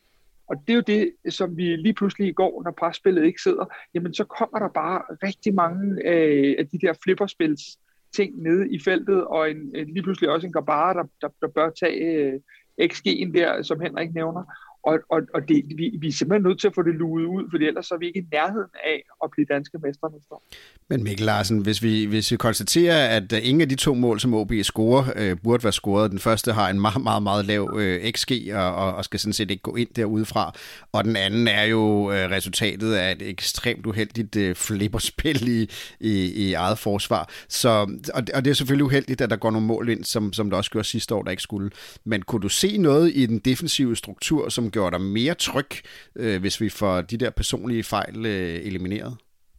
S2: Og det er jo det, som vi lige pludselig i går, når presspillet ikke sidder, jamen så kommer der bare rigtig mange af de der flipperspils ting nede i feltet, og lige pludselig også en Gabara, der bør tage XG'en der, som Henrik nævner. Og vi er simpelthen nødt til at få det luet ud, for ellers så er vi ikke i nærheden af at blive danske mestre.
S1: Men Mikkel Larsen, hvis vi konstaterer, at ingen af de 2 mål, som OB scorer, burde være scoret. Den første har en meget, meget, meget lav XG, og skal sådan set ikke gå ind derudefra. Og den anden er jo resultatet af et ekstremt uheldigt flipperspil i eget forsvar. Og det er selvfølgelig uheldigt, at der går nogle mål ind, som der også gjorde sidste år, der ikke skulle. Men kunne du se noget i den defensive struktur, som gjorde dig mere tryg, hvis vi får de der personlige fejl elimineret?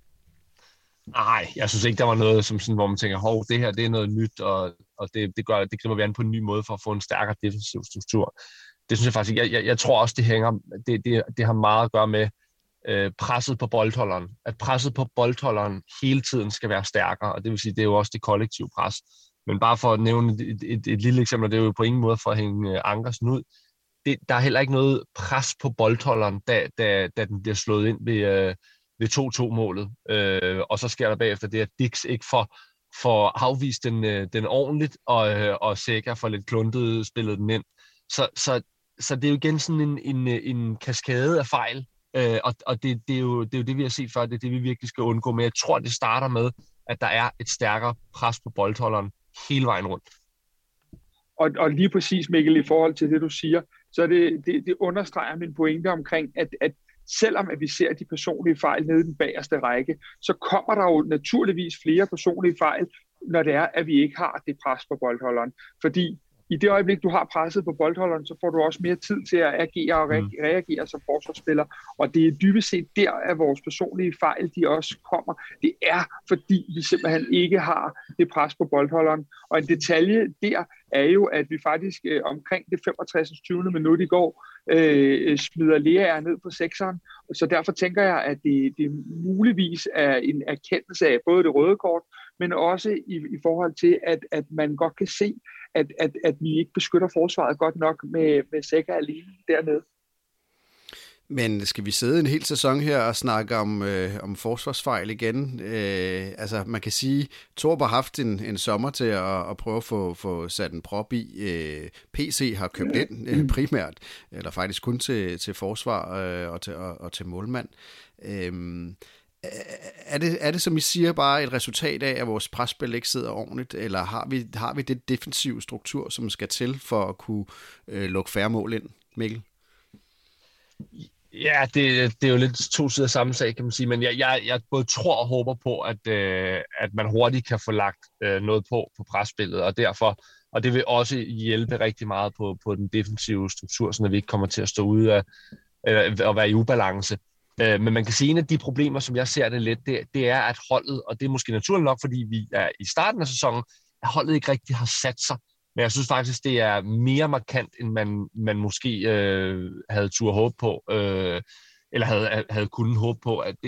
S4: Nej, jeg synes ikke, der var noget, som sådan, hvor man tænker, det her det er noget nyt, og det griber vi an på en ny måde for at få en stærkere defensiv struktur. Det synes jeg faktisk ikke. Jeg tror også, det har meget at gøre med presset på boldholderen. At presset på boldholderen hele tiden skal være stærkere, og det vil sige, det er jo også det kollektive pres. Men bare for at nævne et lille eksempel, det er jo på ingen måde for at hænge Ankersen ud. Der er heller ikke noget pres på boldholderen, da den bliver slået ind ved 2-2-målet. Og så sker der bagefter det, at Dix ikke får afvist den ordentligt, og Sækker får lidt kluntet spillet den ind. Så det er jo igen sådan en kaskade af fejl, og det er jo det, vi har set før, det er det, vi virkelig skal undgå. Men jeg tror, det starter med, at der er et stærkere pres på boldholderen hele vejen rundt.
S2: Og lige præcis, Mikkel, i forhold til det, du siger, så det understreger min pointe omkring, at selvom at vi ser de personlige fejl nede i den bagerste række, så kommer der jo naturligvis flere personlige fejl, når det er, at vi ikke har det pres på boldholderen. Fordi i det øjeblik, du har presset på boldholderen, så får du også mere tid til at agere og reagere som forsvarsspiller. Og det er dybest set der, at vores personlige fejl, de også kommer. Det er, fordi vi simpelthen ikke har det pres på boldholderen. Og en detalje der er jo, at vi faktisk omkring det 65. 20. minut i går smider Lea ned på 6'eren. Så derfor tænker jeg, at det muligvis er en erkendelse af både det røde kort, men også i forhold til, at man godt kan se, at vi ikke beskytter forsvaret godt nok med Sækker alene dernede.
S1: Men skal vi sidde en hel sæson her og snakke om forsvarsfejl igen? Altså man kan sige, Torp har haft en sommer til at prøve at få sat en prop i. PC har købt ind primært, eller faktisk kun til forsvar og til målmand. Er det, som I siger, bare et resultat af, at vores presspil ikke sidder ordentligt, eller har vi det defensive struktur, som skal til for at kunne lukke færre mål ind, Mikkel?
S4: Ja, det er jo lidt 2 sider af samme sag, kan man sige, men jeg både tror og håber på, at man hurtigt kan få lagt noget på presspillet, og det vil også hjælpe rigtig meget på den defensive struktur, så vi ikke kommer til at stå ude af at være i ubalance. Men man kan sige, at en af de problemer, som jeg ser det lidt, det er, at holdet, og det er måske naturligt nok, fordi vi er i starten af sæsonen, at holdet ikke rigtig har sat sig. Men jeg synes faktisk, det er mere markant, end man måske havde tur håbe på, eller havde kunnet håbe på. At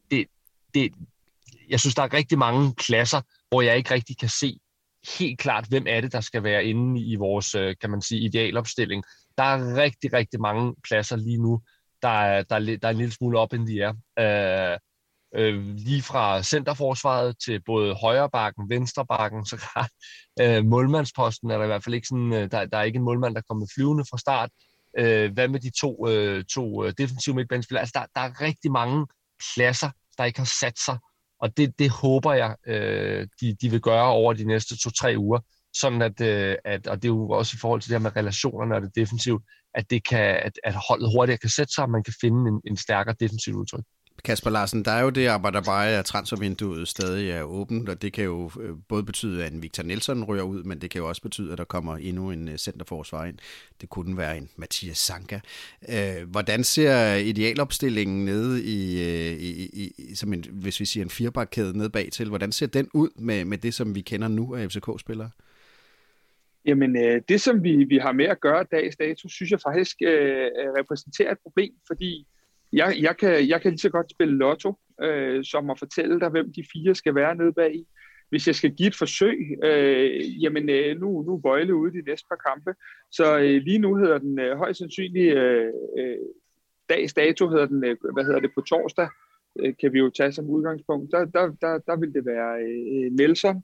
S4: jeg synes, der er rigtig mange klasser, hvor jeg ikke rigtig kan se helt klart, hvem er det, der skal være inde i vores, kan man sige, idealopstilling. Der er rigtig, rigtig mange pladser lige nu, der er en lille smule op, end de er. Lige fra centerforsvaret til både højrebakken, venstrebakken, så målmandsposten er der i hvert fald ikke sådan, der er ikke en målmand, der kommer flyvende fra start. Hvad med de to defensive midtbanespillere? Altså, der er rigtig mange pladser, der ikke har sat sig, og det håber jeg, de vil gøre over de næste 2-3 uger, sådan at og det er jo også i forhold til det her med relationerne og det defensive, at holdet hurtigere kan sætte sig, og man kan finde en stærkere defensiv udtryk.
S1: Kasper Larsen, der er jo det arbejde bare, at transfervinduet stadig er åbent, og det kan jo både betyde, at en Victor Nelson ryger ud, men det kan jo også betyde, at der kommer endnu en centerforsvar ind. Det kunne være en Mathias Sanka. Hvordan ser idealopstillingen nede i som hvis vi siger en firebakkæde nede bag til, hvordan ser den ud med det, som vi kender nu af FCK-spillere?
S2: Jamen, det som vi har med at gøre dags dato, synes jeg faktisk repræsenterer et problem, fordi jeg kan lige så godt spille lotto, som at fortælle dig, hvem de 4 skal være nede bag. Hvis jeg skal give et forsøg, nu er Bøjle ude de næste par kampe, så lige nu hedder den højst sandsynligt dags dato hedder den, på torsdag, kan vi jo tage som udgangspunkt, der vil det være Nelson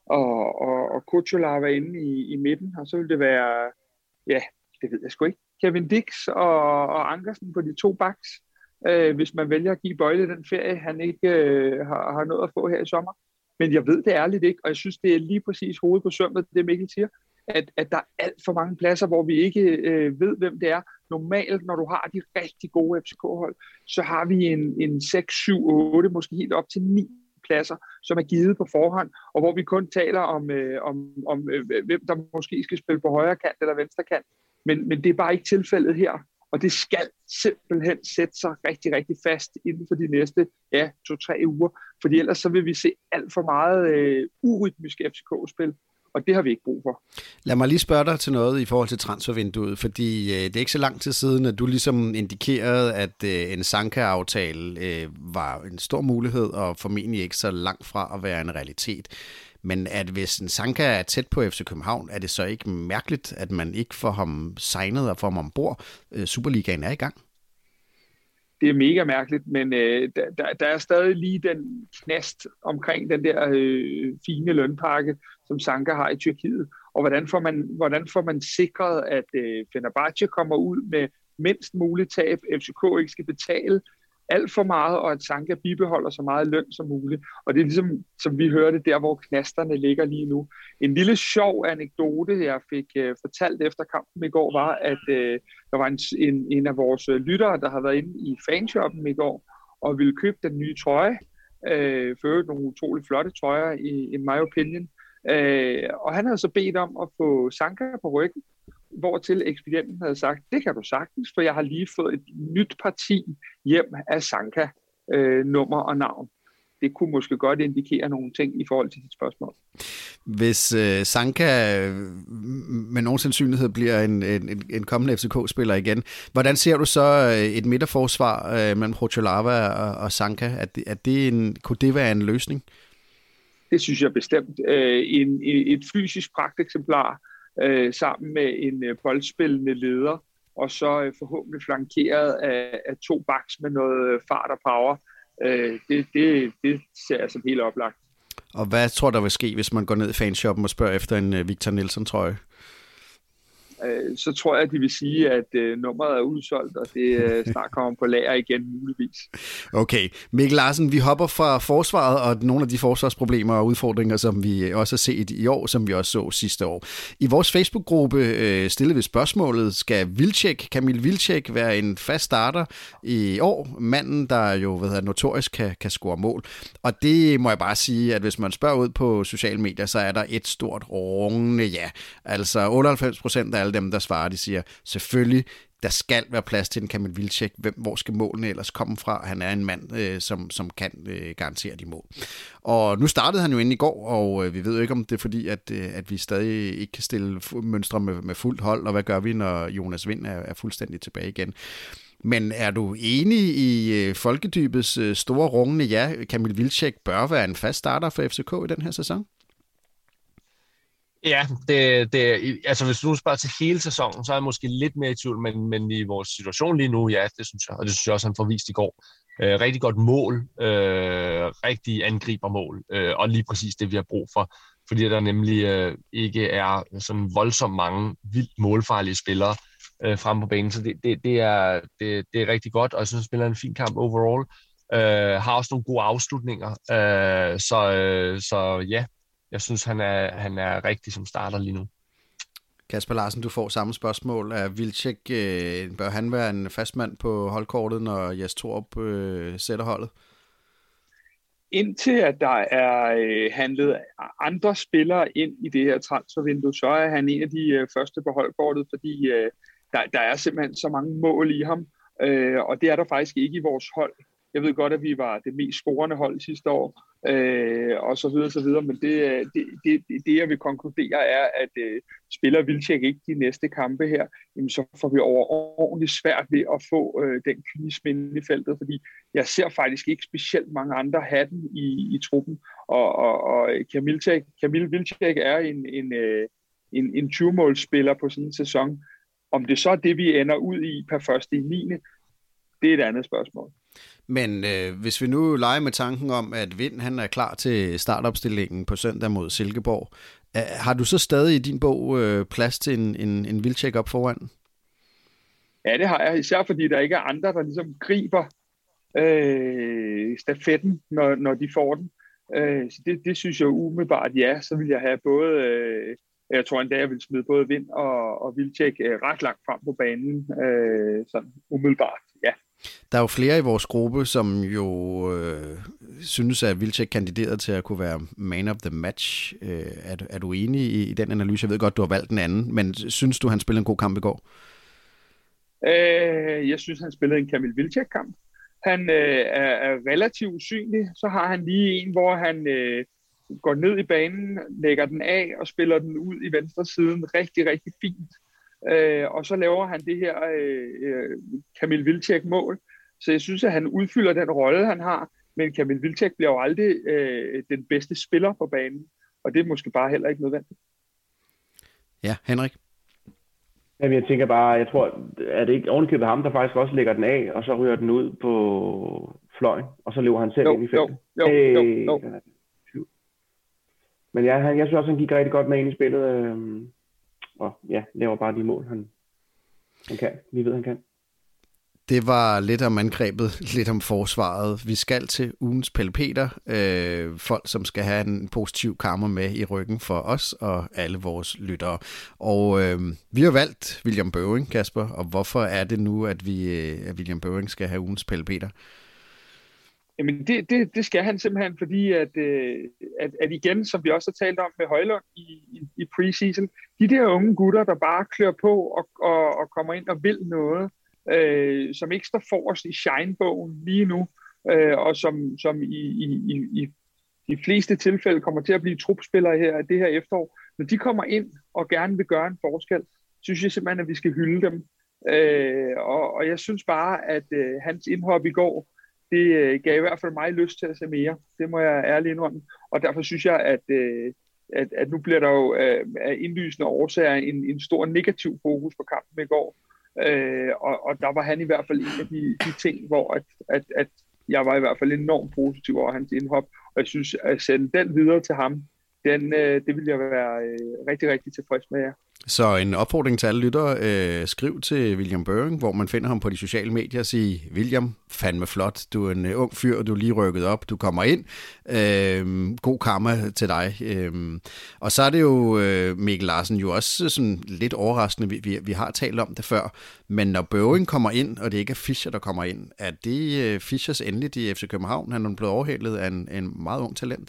S2: og Kuchulava inde i midten, og så vil det være, ja, det ved jeg sgu ikke, Kevin Dix og Ankersen på de 2 backs, hvis man vælger at give Bøjle den ferie, han ikke har nået at få her i sommer. Men jeg ved det ærligt ikke, og jeg synes, det er lige præcis hovedet på sømmet, det Mikkel siger, at der er alt for mange pladser, hvor vi ikke ved, hvem det er. Normalt, når du har de rigtig gode FCK-hold, så har vi en 6, 7, 8, måske helt op til 9 pladser, som er givet på forhånd, og hvor vi kun taler om hvem der måske skal spille på højre kant eller venstre kant. Men det er bare ikke tilfældet her, og det skal simpelthen sætte sig rigtig, rigtig fast inden for de næste 2-3 uger, fordi ellers så vil vi se alt for meget urytmisk FCK-spil, og det har vi ikke brug for.
S1: Lad mig lige spørge dig til noget i forhold til transfervinduet, fordi det er ikke så lang tid siden, at du ligesom indikerede, at en Sanka-aftale var en stor mulighed, og formentlig ikke så langt fra at være en realitet. Men at hvis en Sanka er tæt på FC København, er det så ikke mærkeligt, at man ikke får ham signet og får ham ombord? Superligaen er i gang.
S2: Det er mega mærkeligt, men der er stadig lige den knast omkring den der fine lønpakke, som Sanka har i Tyrkiet. Og hvordan får man sikret, at Fenerbahce kommer ud med mindst muligt tab, FCK ikke skal betale alt for meget, og at Sanka bibeholder så meget løn som muligt. Og det er ligesom, som vi hørte, der hvor knasterne ligger lige nu. En lille sjov anekdote, jeg fik fortalt efter kampen i går, var, at der var en af vores lyttere, der havde været inde i fanshoppen i går, og ville købe den nye trøje. For nogle utrolig flotte trøjer, in my opinion. Og han havde så bedt om at få Sanka på ryggen, hvortil ekspedienten havde sagt, det kan du sagtens, for jeg har lige fået et nyt parti hjem af Sanka, nummer og navn. Det kunne måske godt indikere nogle ting i forhold til dit spørgsmål.
S1: Hvis Sanka med nogen sandsynlighed bliver en kommende FCK-spiller igen, hvordan ser du så et midterforsvar mellem Kuchulava og Sanka? Kunne det være en løsning?
S2: Det synes jeg bestemt. Et fysisk pragteksemplar sammen med en boldspillende leder, og så forhåbentlig flankeret af 2 backs med noget fart og power. Det ser jeg som helt oplagt.
S1: Og hvad tror der vil ske, hvis man går ned i fanshoppen og spørger efter en Victor Nilsson-trøje?
S2: Så tror jeg, at de vil sige, at nummeret er udsolgt, og det snart kommer på lager igen muligvis.
S1: Okay. Mikkel Larsen, vi hopper fra forsvaret og nogle af de forsvarsproblemer og udfordringer, som vi også har set i år, som vi også så sidste år. I vores Facebook-gruppe stillede vi spørgsmålet, skal Kamil Wilczek være en fast starter i år? Manden, der jo notorisk kan score mål. Og det må jeg bare sige, at hvis man spørger ud på sociale medier, så er der et stort rungende ja. Altså 98% af alle dem, der svarer, de siger, selvfølgelig, der skal være plads til en Kamil Wilczek. Hvor skal målene ellers komme fra? Han er en mand, som kan garantere de mål. Og nu startede han jo inde i går, og vi ved jo ikke, om det er fordi, at vi stadig ikke kan stille mønstre med fuldt hold, og hvad gør vi, når Jonas Vind er fuldstændig tilbage igen? Men er du enig i folkedybets store rungende ja? Kamil Wilczek bør være en fast starter for FCK i den her sæson?
S4: Ja, altså hvis du nu spørger til hele sæsonen, så er jeg måske lidt mere i tvivl, men i vores situation lige nu, ja, det synes jeg, og det synes jeg også, han forviste i går. Rigtig godt mål, rigtig angribermål, og lige præcis det, vi har brug for, fordi der nemlig ikke er sådan voldsomt mange vildt målfarlige spillere fremme på banen, så det er rigtig godt, og jeg synes, han spiller en fin kamp overall. Har også nogle gode afslutninger, så ja, jeg synes, han er rigtig som starter lige nu.
S1: Kasper Larsen, du får samme spørgsmål. Er Wilczek, bør han være en fastmand på holdkortet, når Jes Torup sætter holdet?
S2: Indtil at der er handlet andre spillere ind i det her transfervindue, så er han en af de første på holdkortet, fordi der er simpelthen så mange mål i ham, og det er der faktisk ikke i vores hold. Jeg ved godt, at vi var det mest scorende hold sidste år, og så videre, men det jeg vil konkludere er, at spiller Wilczek ikke de næste kampe her, jamen så får vi overordentligt svært ved at få den kynisme inde i feltet, fordi jeg ser faktisk ikke specielt mange andre have den i truppen, og Kamil Wilczek er en 20-målsspiller på sådan en sæson. Om det så er det, vi ender ud i per 1.9., det er et andet spørgsmål.
S1: Men hvis vi nu leger med tanken om, at Vind han er klar til startopstillingen på søndag mod Silkeborg, har du så stadig i din bog plads til en Wilczek op foran?
S2: Ja, det har jeg, især fordi der ikke er andre, der ligesom griber stafetten, når de får den. Så det synes jeg umiddelbart, ja, så vil jeg have både, jeg tror endda, jeg vil smide både Vind og Wilczek ret langt frem på banen, sådan umiddelbart, ja.
S1: Der er jo flere i vores gruppe, som jo synes, at Wilczek kandideret til at kunne være man of the match. Er du enig i den analyse? Jeg ved godt, du har valgt den anden, men synes du, han spillede en god kamp i går?
S2: Jeg synes, han spillede en Kamil Wilczek-kamp. Han er relativt usynlig. Så har han lige en, hvor han går ned i banen, lægger den af og spiller den ud i venstre siden rigtig, rigtig fint. Og så laver han det her Kamil Wilczek-mål. Så jeg synes, at han udfylder den rolle, han har. Men Kamil Wilczek bliver jo aldrig den bedste spiller på banen. Og det er måske bare heller ikke nødvendigt.
S1: Ja, Henrik?
S3: Jamen, jeg tænker bare, jeg tror, er det ikke ovenikøbet ham, der faktisk også lægger den af, og så ryger den ud på fløjen, og så løber han selv ind i feltet? Jo. Men ja, jeg synes også, han gik rigtig godt med ind i spillet, og ja, laver bare de mål, han kan. Vi ved, han kan.
S1: Det var lidt om angrebet, lidt om forsvaret. Vi skal til ugens Pelle Peter. Folk, som skal have en positiv karma med i ryggen for os og alle vores lyttere. Og vi har valgt William Boeving, Kasper. Og hvorfor er det nu, at William Boeving skal have ugens Pelle Peter?
S2: Jamen det skal han simpelthen, fordi at igen, som vi også har talt om med Højlund i preseason, de der unge gutter, der bare klør på og kommer ind og vil noget, som ikke står forrest i Shine-bogen lige nu, og som i de fleste tilfælde kommer til at blive trupspillere her det her efterår. Når de kommer ind og gerne vil gøre en forskel, synes jeg simpelthen, at vi skal hylde dem. Og jeg synes bare, at hans indhop i går, det gav i hvert fald mig lyst til at se mere. Det må jeg ærligt indrømme. Og derfor synes jeg, at nu bliver der jo af indlysende årsager en stor negativ fokus på kampen i går. Og der var han i hvert fald en af de ting, hvor at jeg var i hvert fald enormt positiv over hans indhop. Og jeg synes, at sende den videre til ham, det vil jeg være rigtig, rigtig tilfreds med, ja.
S1: Så en opfordring til alle lyttere. Skriv til William Boeving, hvor man finder ham på de sociale medier, og sige, William, fandme flot, du er en ung fyr, du er lige rykket op, du kommer ind. God karma til dig. Og så er det jo Mikkel Larsen jo også sådan lidt overraskende, vi har talt om det før, men når Boeving kommer ind, og det ikke er Fischer, der kommer ind, er det Fischers endeligt i FC København? Han er blevet overhældet af en meget ung talent.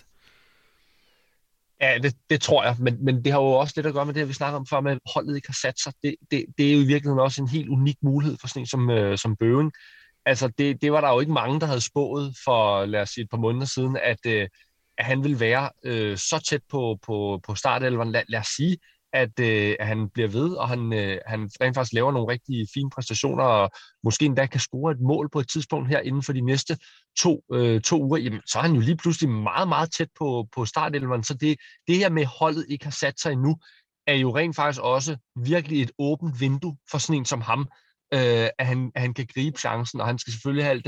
S4: Ja, det tror jeg, men det har jo også lidt at gøre med det, vi snakker om før, med at holdet ikke har sat sig. Det er jo i virkeligheden også en helt unik mulighed for sådan en som Boeving. Altså, det var der jo ikke mange, der havde spået for, lad os sige, et par måneder siden, at han ville være så tæt på startelveren. Lad os sige, at han bliver ved, og han rent faktisk laver nogle rigtig fine præstationer, og måske endda kan score et mål på et tidspunkt her inden for de næste to uger, jamen, så er han jo lige pludselig meget, meget tæt på startelveren. Så det her med, holdet ikke har sat sig endnu, er jo rent faktisk også virkelig et åbent vindue for sådan en som ham, at han kan gribe chancen, og han skal selvfølgelig have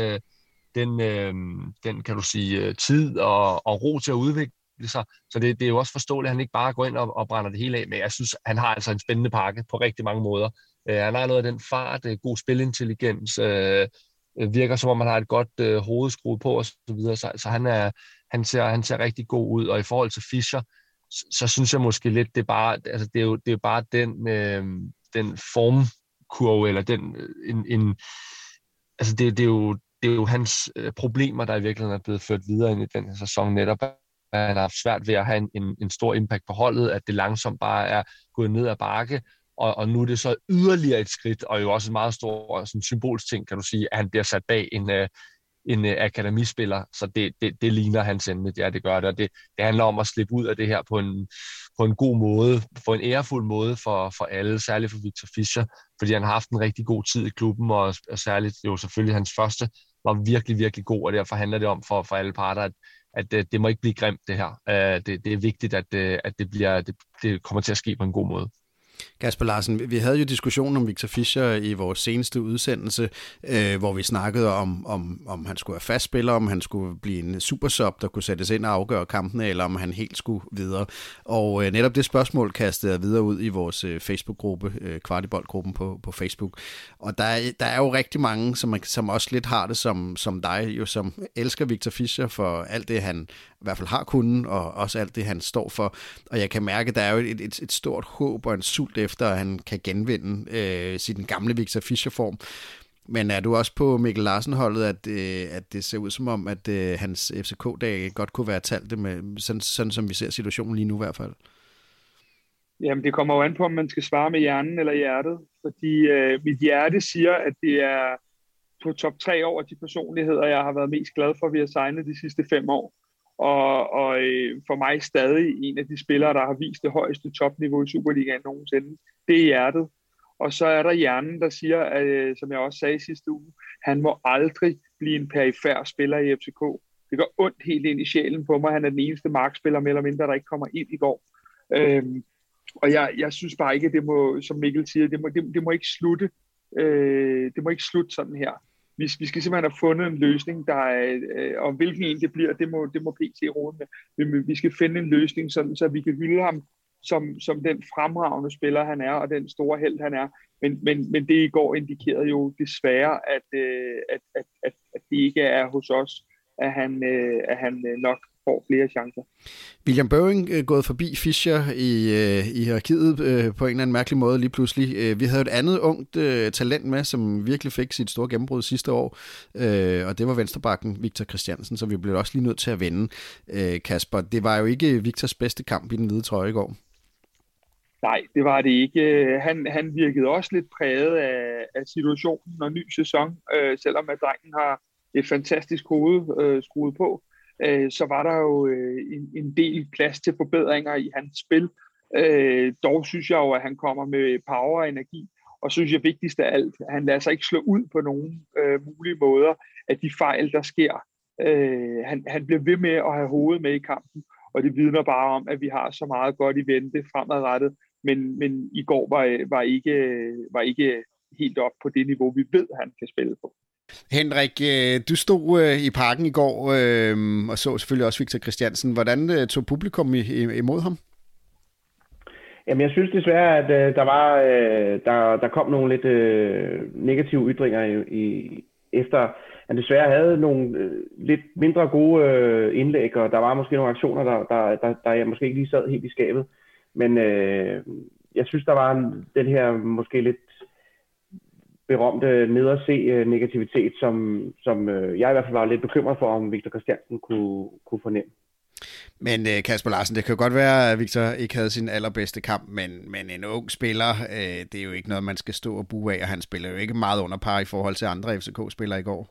S4: den kan du sige, tid og ro til at udvikle sig. Så det er jo også forståeligt, at han ikke bare går ind og brænder det hele af, men jeg synes, han har altså en spændende pakke på rigtig mange måder. Han har noget af den fart, god spilintelligens, virker som om man har et godt hovedskruet på og så videre, så han ser rigtig god ud, og i forhold til Fischer, så synes jeg måske lidt, det er bare den formkurve, eller det er jo hans problemer, der i virkeligheden er blevet ført videre ind i den her sæson, netop at han har haft svært ved at have en stor impact på holdet, at det langsomt bare er gået ned ad bakke, og nu er det så yderligere et skridt, og jo også en meget stor sådan symbolsk ting, kan du sige, at han bliver sat bag en akademispiller, så det ligner hans ende, ja, det gør det, og det handler om at slippe ud af det her på en god måde, på en ærefuld måde for alle, særligt for Victor Fischer, fordi han har haft en rigtig god tid i klubben, og særligt jo selvfølgelig hans første var virkelig, virkelig god, og derfor handler det om for alle parter, at det må ikke blive grimt, det her. Det er vigtigt, at det kommer til at ske på en god måde.
S1: Kasper Larsen, vi havde jo diskussionen om Victor Fischer i vores seneste udsendelse, hvor vi snakkede om han skulle være fast spiller, om han skulle blive en supersub, der kunne sættes ind og afgøre kampene, eller om han helt skulle videre. Og netop det spørgsmål kastede jeg videre ud i vores Facebook-gruppe, Kvartibold-gruppen på Facebook. Og der er jo rigtig mange, som også lidt har det som dig, jo, som elsker Victor Fischer for alt det, han i hvert fald har kunnet, og også alt det, han står for. Og jeg kan mærke, at der er jo et stort håb og en sult efter, at han kan genvinde sin gamle Victor Fischer-form. Men er du også på Mikkel Larsen-holdet, at det ser ud som om, at hans FCK-dag godt kunne være talte med, sådan som vi ser situationen lige nu i hvert fald?
S2: Jamen, det kommer jo an på, om man skal svare med hjernen eller hjertet. Fordi mit hjerte siger, at det er på top 3 over de personligheder, jeg har været mest glad for, vi har signet de sidste 5 år. Og for mig stadig en af de spillere, der har vist det højeste topniveau i Superligaen nogensinde. Det er hjertet. Og så er der hjernen, der siger, at, som jeg også sagde sidste uge, han må aldrig blive en perifær spiller i FCK. Det gør ondt helt ind i sjælen på mig. Han er den eneste markspiller, mere eller mindre, der ikke kommer ind i går. Og jeg synes bare ikke, at det må, som Mikkel siger, det må ikke slutte. Det må ikke slutte sådan her. Vi skal simpelthen have fundet en løsning, der er, og hvilken en det bliver, det må PT råde med. Men vi skal finde en løsning, sådan, så vi kan hylde ham som den fremragende spiller, han er, og den store held, han er. Men det i går indikerede jo desværre, at det ikke er hos os, at han nok får flere chancer.
S1: William Boeing gået forbi Fischer i hierarkiet på en eller anden mærkelig måde lige pludselig. Vi havde et andet ungt talent med, som virkelig fik sit store gennembrud sidste år, og det var venstrebacken Victor Christiansen, så vi blev også lige nødt til at vende. Kasper, det var jo ikke Victors bedste kamp i den hvide trøje i går.
S2: Nej, det var det ikke. Han virkede også lidt præget af situationen og ny sæson, selvom at drengen har et fantastisk hoved skruet på. Så var der jo en del plads til forbedringer i hans spil. Dog synes jeg jo, at han kommer med power og energi, og synes jeg vigtigst af alt, han lader sig ikke slå ud på nogen mulige måder af de fejl, der sker. Han bliver ved med at have hovedet med i kampen, og det vidner bare om, at vi har så meget godt i vente fremadrettet, men i går var ikke helt op på det niveau, vi ved, han kan spille på.
S1: Henrik, du stod i parken i går og så selvfølgelig også Victor Christiansen. Hvordan tog publikum imod ham?
S3: Jamen, jeg synes desværre, at der kom nogle lidt negative ytringer efter han desværre havde nogle lidt mindre gode indlæg, og der var måske nogle aktioner, der jeg måske ikke lige sad helt i skabet. Men jeg synes, der var den her måske lidt berømte ned at se negativitet, som jeg i hvert fald var lidt bekymret for, om Victor Christiansen kunne fornemme.
S1: Men Kasper Larsen, det kan jo godt være, at Victor ikke havde sin allerbedste kamp, men en ung spiller, det er jo ikke noget, man skal stå og bue af, og han spiller jo ikke meget under par i forhold til andre FCK-spillere i går.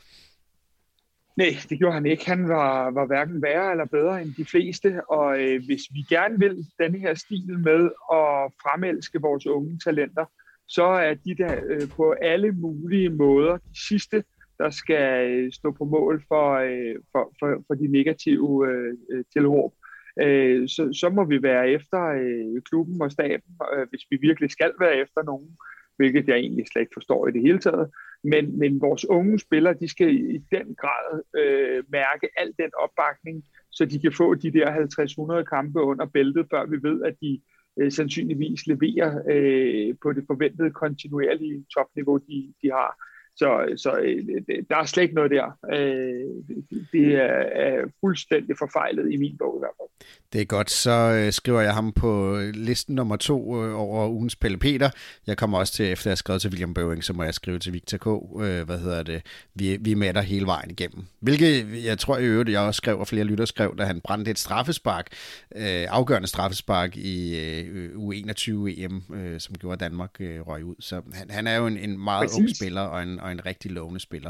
S2: Nej, det gjorde han ikke. Han var hverken værre eller bedre end de fleste, og hvis vi gerne vil denne her stil med at fremelske vores unge talenter, så er de der på alle mulige måder de sidste, der skal stå på mål for de negative tilråb. Så må vi være efter klubben og staben, hvis vi virkelig skal være efter nogen, hvilket jeg egentlig slet ikke forstår i det hele taget. Men vores unge spillere, de skal i den grad mærke al den opbakning, så de kan få de der 50-100 kampe under bæltet, før vi ved, at de sandsynligvis leverer på det forventede kontinuerlige topniveau, de har. Så der er slet ikke noget der. Det er fuldstændig forfejlet i min bog i hvert fald.
S1: Det er godt, så skriver jeg ham på listen nummer 2 over ugens Pelle Peter. Jeg kommer også til, efter jeg har skrevet til William Boeing, så må jeg skrive til Victor K. Vi er med der hele vejen igennem. Hvilket jeg tror i øvrigt, jeg også skrev, og flere lytter skrev, da han brændte et straffespark, afgørende straffespark i U21-EM, som gjorde Danmark røg ud. Så han er jo en meget ung spiller og en rigtig lovende spiller.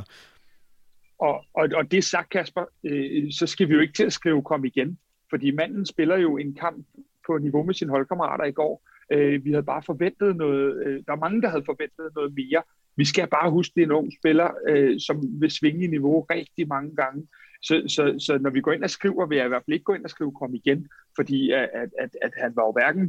S2: Og det sagt, Kasper, så skal vi jo ikke til at skrive kom igen, fordi manden spiller jo en kamp på niveau med sine holdkammerater i går. Vi havde bare forventet noget, der er mange, der havde forventet noget mere. Vi skal bare huske, det er en ung spiller, som vil svinge i niveau rigtig mange gange. Så når vi går ind og skriver, vil jeg i hvert fald ikke gå ind og skrive kom igen, fordi at han var jo hverken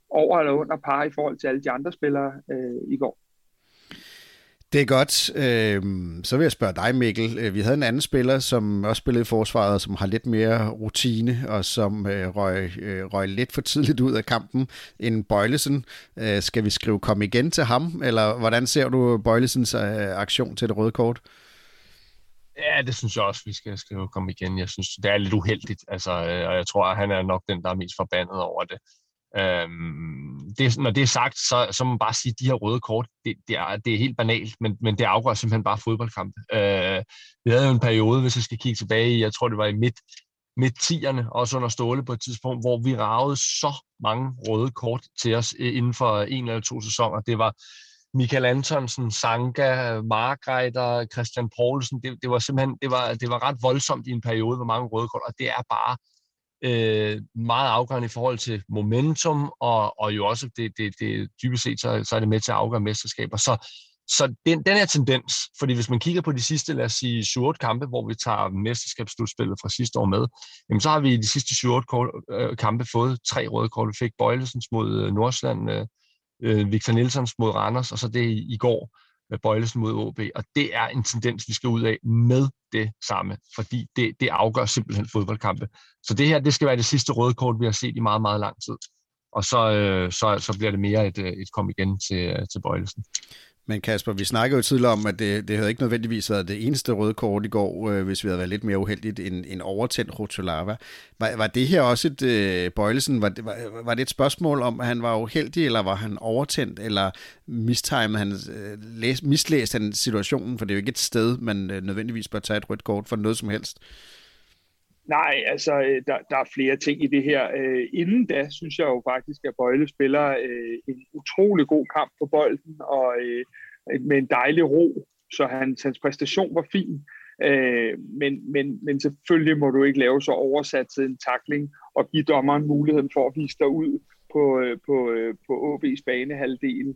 S2: over eller under par i forhold til alle de andre spillere i går.
S1: Det er godt. Så vil jeg spørge dig, Mikkel. Vi havde en anden spiller, som også spillede i forsvaret, som har lidt mere rutine, og som røg lidt for tidligt ud af kampen end Boilesen. Skal vi skrive kom igen til ham, eller hvordan ser du Boilesens aktion til det røde kort?
S4: Ja, det synes jeg også, vi skal skrive kom igen. Jeg synes, det er lidt uheldigt, og jeg tror, at han er nok den, der er mest forbandet over det. Når det er sagt, så må man bare sige, at de her røde kort, det er helt banalt, men det afgør simpelthen bare fodboldkampe. Vi havde jo en periode, hvis jeg skal kigge tilbage i, jeg tror det var i midt-10'erne, også under Ståle på et tidspunkt, hvor vi ragede så mange røde kort til os inden for 1 eller 2 sæsoner. Det var Michael Antonsen, Sanka, Margreiter, Christian Poulsen. Det var simpelthen det var ret voldsomt i en periode, hvor mange røde kort, og det er bare meget afgørende i forhold til momentum, og jo også det dybest set, så er det med til at afgøre mesterskaber. Så den her tendens, fordi hvis man kigger på de sidste, lad os sige, 7-8 kampe, hvor vi tager mesterskabsslutspillet fra sidste år med, jamen så har vi i de sidste 7-8 kampe fået 3 røde kort. Vi fik Boilesens mod Nordsjælland, Victor Nilssons mod Randers, og så det i går Boilesen mod OB, og det er en tendens, vi skal ud af med det samme, fordi det afgør simpelthen fodboldkampe. Så det her, det skal være det sidste røde kort, vi har set i meget, meget lang tid. Og så bliver det mere et kom igen til Boilesen. Men
S1: Kasper, vi snakker jo tidligere om, at det havde ikke nødvendigvis været det eneste røde kort i går, hvis vi havde været lidt mere uheldigt end overtændt Rotolava. Var det her også et Boilesen? Var det et spørgsmål om, at han var uheldig, eller var han overtændt, eller mislæste han situationen? For det er jo ikke et sted, man nødvendigvis bør tage et rødt kort for noget som helst.
S2: Nej, altså, der er flere ting i det her. Inden da, synes jeg jo faktisk, at Bøjle spiller en utrolig god kamp på bolden, og med en dejlig ro, så hans præstation var fin. Men selvfølgelig må du ikke lave så oversat til en tackling og give dommeren muligheden for at vise dig ud på OB's banehalvdel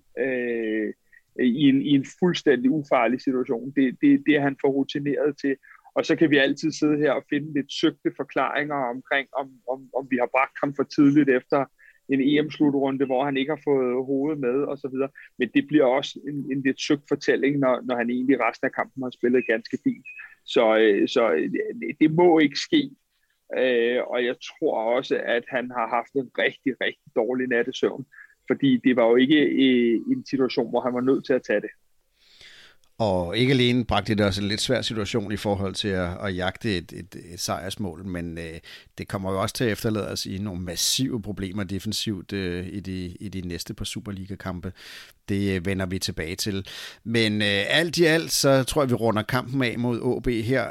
S2: i en fuldstændig ufarlig situation. Det er han for rutineret til. Og så kan vi altid sidde her og finde lidt søgte forklaringer omkring, om vi har bragt ham for tidligt efter en EM-slutrunde, hvor han ikke har fået hovedet med osv. Men det bliver også en lidt søgt fortælling, når han egentlig resten af kampen har spillet ganske fint. Så det må ikke ske. Og jeg tror også, at han har haft en rigtig, rigtig dårlig nattesøvn. Fordi det var jo ikke en situation, hvor han var nødt til at tage det.
S1: Og ikke alene bragte det også en lidt svær situation i forhold til at jagte et sejrsmål, men det kommer jo også til at efterlade os i nogle massive problemer defensivt i de næste par Superliga-kampe. Det vender vi tilbage til. Men alt i alt, så tror jeg, vi runder kampen af mod OB her.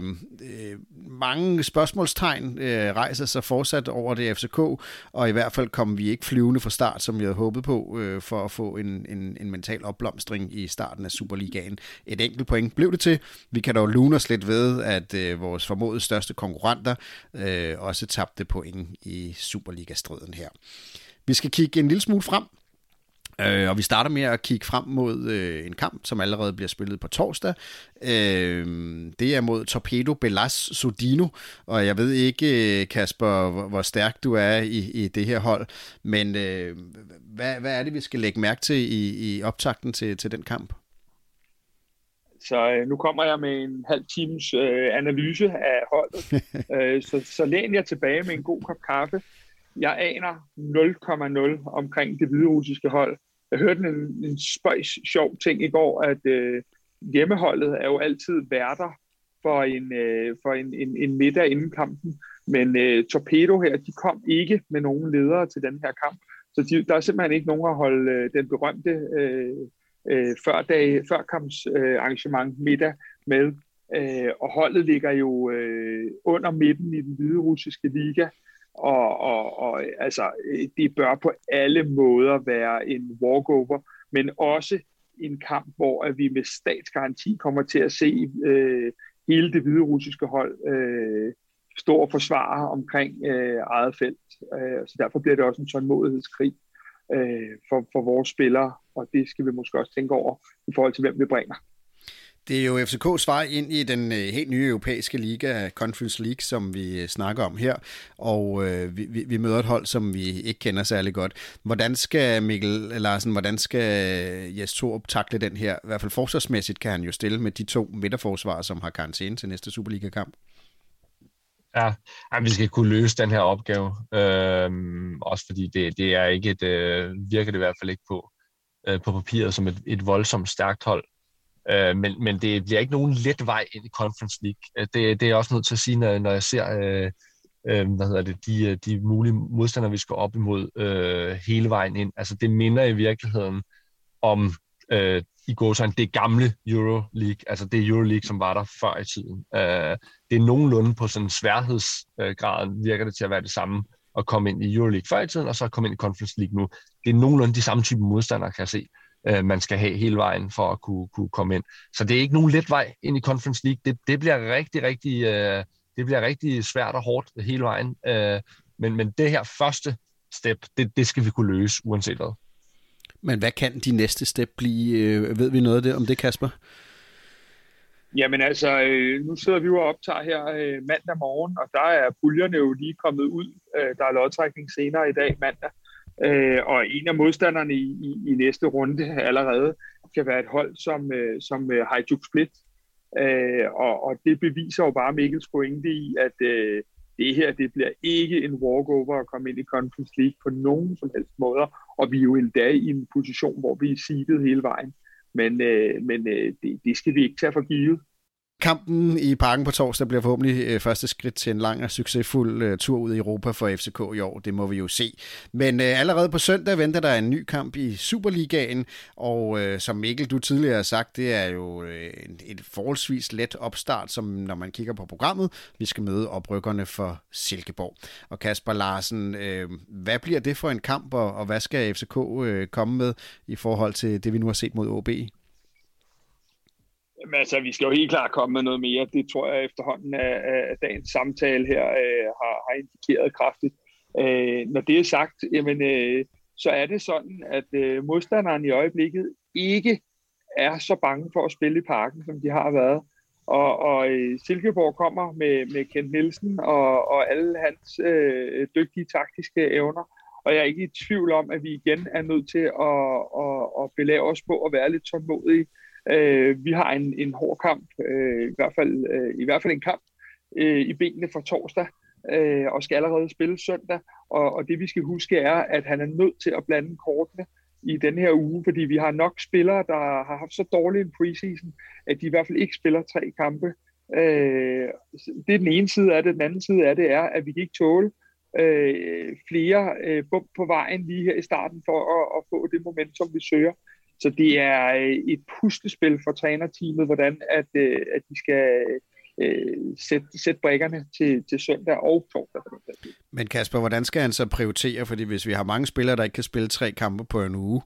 S1: Mange spørgsmålstegn rejser sig fortsat over det FCK, og i hvert fald kommer vi ikke flyvende fra start, som vi havde håbet på, for at få en mental opblomstring i starten af Superligaen. Et enkelt point blev det til. Vi kan dog lune os lidt ved, at vores formodet største konkurrenter også tabte point i Superliga-striden her. Vi skal kigge en lille smule frem. Og vi starter med at kigge frem mod en kamp, som allerede bliver spillet på torsdag. Det er mod Torpedo Belas Sodino, og jeg ved ikke, Kasper, hvor stærk du er i det her hold, men hvad er det, vi skal lægge mærke til i optakten til den kamp?
S2: Så nu kommer jeg med en halv times analyse af holdet, så læn jeg tilbage med en god kop kaffe. Jeg aner 0,0 omkring det hviderussiske hold. Jeg hørte en sjov ting i går, at hjemmeholdet er jo altid værter for en middag inden kampen. Men Torpedo her, de kom ikke med nogen ledere til den her kamp. Så der er simpelthen ikke nogen at holde den berømte førkampsarrangement middag med. Og holdet ligger jo under midten i den hviderussiske liga. Og altså, det bør på alle måder være en walkover, men også en kamp, hvor vi med statsgaranti kommer til at se hele det hviderussiske hold stå og forsvare omkring eget felt. Så derfor bliver det også en tålmodighedskrig for vores spillere, og det skal vi måske også tænke over i forhold til, hvem vi bringer.
S1: Det er jo FCK's vej ind i den helt nye europæiske liga, Conference League, som vi snakker om her, og vi møder et hold, som vi ikke kender særlig godt. Hvordan skal Mikkel Larsen, hvordan skal Jes Torup takle den her? I hvert fald forsvarsmæssigt kan han jo stille med de 2 midterforsvarer, som har karantæne til næste Superliga-kamp.
S4: Ja, vi skal kunne løse den her opgave, også fordi det er ikke virker det i hvert fald ikke på papiret som et voldsomt stærkt hold. Men det bliver ikke nogen let vej ind i Conference League. Det er jeg også nødt til at sige, når jeg ser de mulige modstandere, vi skal op imod hele vejen ind. Altså det minder i virkeligheden om i gåseøjne det gamle Euroleague, altså det Euroleague, som var der før i tiden. Det er nogenlunde på sådan sværhedsgraden, virker det til at være det samme at komme ind i Euroleague før i tiden, og så komme ind i Conference League nu. Det er nogenlunde de samme type modstandere, kan jeg se, man skal have hele vejen for at kunne komme ind. Så det er ikke nogen let vej ind i Conference League. Det bliver rigtig svært og hårdt hele vejen. Men det her første step, det skal vi kunne løse, uanset hvad.
S1: Men hvad kan de næste step blive? Ved vi noget om det, Kasper?
S2: Jamen altså, nu sidder vi jo og optager her mandag morgen, og der er puljerne jo lige kommet ud. Der er lodtrækning senere i dag, mandag. Og en af modstanderne i næste runde allerede kan være et hold som Hajduk Split. Og det beviser jo bare Mikkels pointe i, at det her, det bliver ikke en walkover at komme ind i Conference League på nogen som helst måder. Og vi er jo endda i en position, hvor vi er seedet hele vejen. Men det skal vi ikke tage for givet.
S1: Kampen i Parken på torsdag bliver forhåbentlig første skridt til en lang og succesfuld tur ud i Europa for FCK i år. Det må vi jo se. Men allerede på søndag venter der en ny kamp i Superligaen, og som Mikkel, du tidligere har sagt, det er jo et forholdsvis let opstart, som når man kigger på programmet. Vi skal møde oprykkerne for Silkeborg. Og Kasper Larsen, hvad bliver det for en kamp, og hvad skal FCK komme med i forhold til det, vi nu har set mod OB?
S2: Jamen, altså, vi skal jo helt klart komme med noget mere. Det tror jeg efterhånden, at dagens samtale her har indikeret kraftigt. Når det er sagt, jamen, så er det sådan, at modstanderen i øjeblikket ikke er så bange for at spille i Parken, som de har været. Og Silkeborg kommer med Kent Nielsen og alle hans dygtige taktiske evner. Og jeg er ikke i tvivl om, at vi igen er nødt til at belave os på at være lidt tålmodige. Vi har en hård kamp, i hvert fald en kamp i benene for torsdag, og skal allerede spille søndag. Og det vi skal huske er, at han er nødt til at blande kortene i den her uge, fordi vi har nok spillere, der har haft så dårlig en preseason, at de i hvert fald ikke spiller 3 kampe. Det er den ene side af det. Den anden side af det er, at vi kan ikke tåle flere bump på vejen lige her i starten for at få det momentum, vi søger. Så det er et puslespil for trænerteamet, hvordan at de skal sætte brikkerne til søndag og torsdag.
S1: Men Kasper, hvordan skal han så prioritere? Fordi hvis vi har mange spillere, der ikke kan spille 3 kampe på en uge,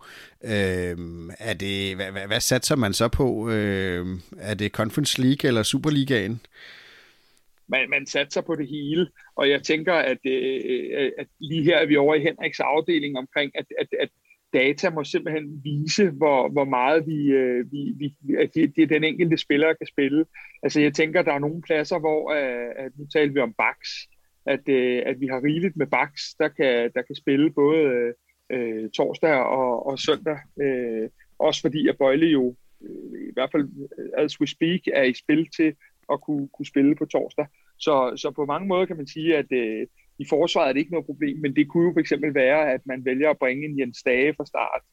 S1: hvad satser man så på? Er det Conference League eller Superligaen?
S2: Man satser på det hele, og jeg tænker, at lige her er vi over i Henriks afdeling omkring, at data må simpelthen vise, hvor meget det den enkelte spiller kan spille. Altså jeg tænker, der er nogle pladser, hvor, at nu taler vi om backs, at vi har rigeligt med backs, der kan spille både torsdag og søndag. Også fordi, at Bøjle jo, i hvert fald as we speak, er i spil til at kunne spille på torsdag. Så på mange måder kan man sige, at i forsvaret er det ikke noget problem, men det kunne jo for eksempel være, at man vælger at bringe en Jens Dage fra start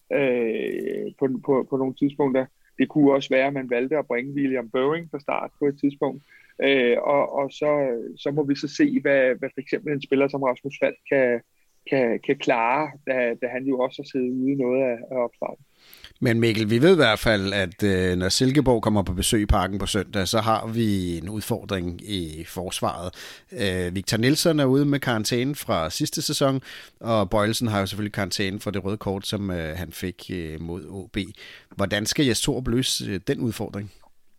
S2: på nogle tidspunkter. Det kunne også være, at man valgte at bringe William Boeing fra start på et tidspunkt. Og så må vi så se, hvad for eksempel en spiller som Rasmus Falk kan klare, da han jo også har siddet ude i noget af opstarten.
S1: Men Mikkel, vi ved i hvert fald, at når Silkeborg kommer på besøg i Parken på søndag, så har vi en udfordring i forsvaret. Victor Nielsen er ude med karantæne fra sidste sæson, og Bøjelsen har jo selvfølgelig karantæne for det røde kort, som han fik mod OB. Hvordan skal Jes Torup løse den udfordring?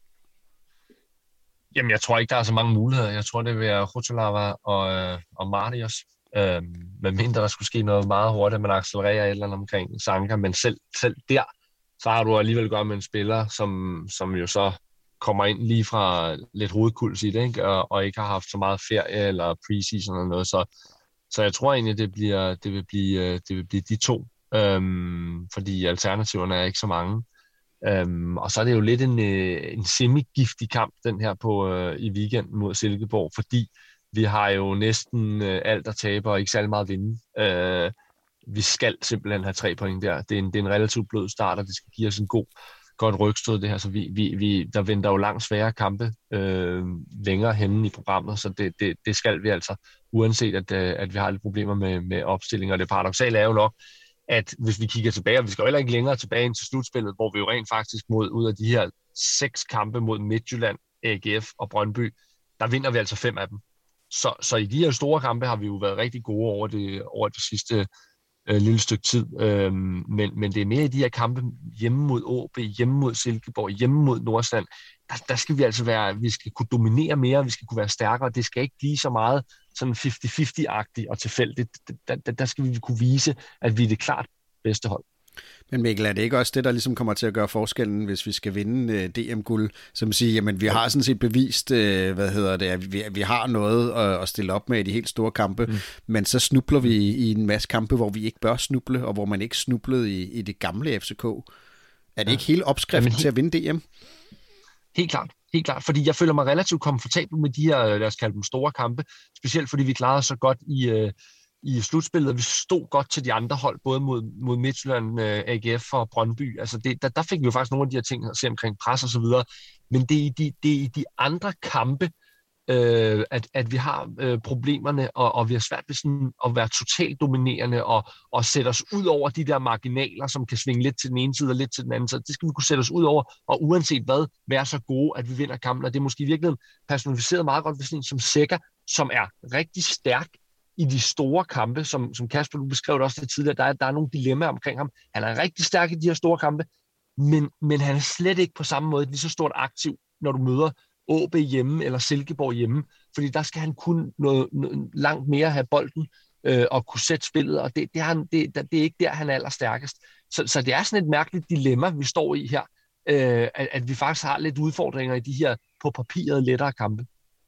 S4: Jamen, jeg tror ikke, der er så mange muligheder. Jeg tror, det vil være Rotolava og Marius. Med mindre der skulle ske noget meget hurtigt, man accelererer et eller andet omkring Sanka, men selv der, så har du alligevel godt med en spiller, som jo så kommer ind lige fra lidt hovedkuls i det, ikke? Og ikke har haft så meget ferie eller preseason eller noget. Så jeg tror egentlig, det vil blive de to, fordi alternativerne er ikke så mange. Og så er det jo lidt en semi-giftig kamp, den her i weekenden mod Silkeborg, fordi vi har jo næsten alt at tabe og ikke særlig meget at vinde. Vi skal simpelthen have 3 point der. Det er en relativt blød start, og det skal give os en godt rygstød det her, så der venter jo langt svære kampe længere henne i programmet, så det skal vi altså, uanset at vi har lidt problemer med opstilling. Og det paradoksale er jo nok, at hvis vi kigger tilbage, og vi skal jo heller ikke længere tilbage ind til slutspillet, hvor vi jo rent faktisk ud af de her 6 kampe mod Midtjylland, AGF og Brøndby, der vinder vi altså 5 af dem. Så i de her store kampe har vi jo været rigtig gode over det sidste lille stykke tid. Men det er mere i de her kampe hjemme mod AaB, hjemme mod Silkeborg, hjemme mod Nordsjælland. Der skal vi altså vi skal kunne dominere mere, vi skal kunne være stærkere. Det skal ikke blive så meget sådan 50-50-agtigt og tilfældigt. Der skal vi kunne vise, at vi er det klart bedste hold.
S1: Men Mikkel, er det ikke også det, der ligesom kommer til at gøre forskellen, hvis vi skal vinde DM-guld? Som siger, jamen vi har sådan set bevist, at vi har noget at stille op med i de helt store kampe, men så snubler vi i en masse kampe, hvor vi ikke bør snuble, og hvor man ikke snublede i det gamle FCK. Er det ikke hele opskriften til at vinde DM?
S4: Helt klart, fordi jeg føler mig relativt komfortabel med de her, lad os kalde dem store kampe, specielt fordi vi klarede så godt i slutspillet, og vi stod godt til de andre hold, både mod Midtjylland, AGF og Brøndby. Altså der fik vi jo faktisk nogle af de her ting at se omkring pres og så videre, men det er i de andre kampe, at vi har problemerne, og vi har svært ved sådan at være totalt dominerende og sætte os ud over de der marginaler, som kan svinge lidt til den ene side og lidt til den anden side. Det skal vi kunne sætte os ud over, og uanset hvad, være så gode, at vi vinder kampen. Og det er måske i virkeligheden personificeret meget godt ved sådan en som Sækker, som er rigtig stærk i de store kampe, som Kasper, du beskrev det også lidt tidligere. Der er nogle dilemmaer omkring ham. Han er rigtig stærk i de her store kampe, men han er slet ikke på samme måde et lige så stort aktiv, når du møder AaB hjemme eller Silkeborg hjemme, fordi der skal han kun noget langt mere have bolden og kunne sætte spillet, og det er ikke der, han er allerstærkest. Så det er sådan et mærkeligt dilemma, vi står i her, at vi faktisk har lidt udfordringer i de her på papiret lettere kampe.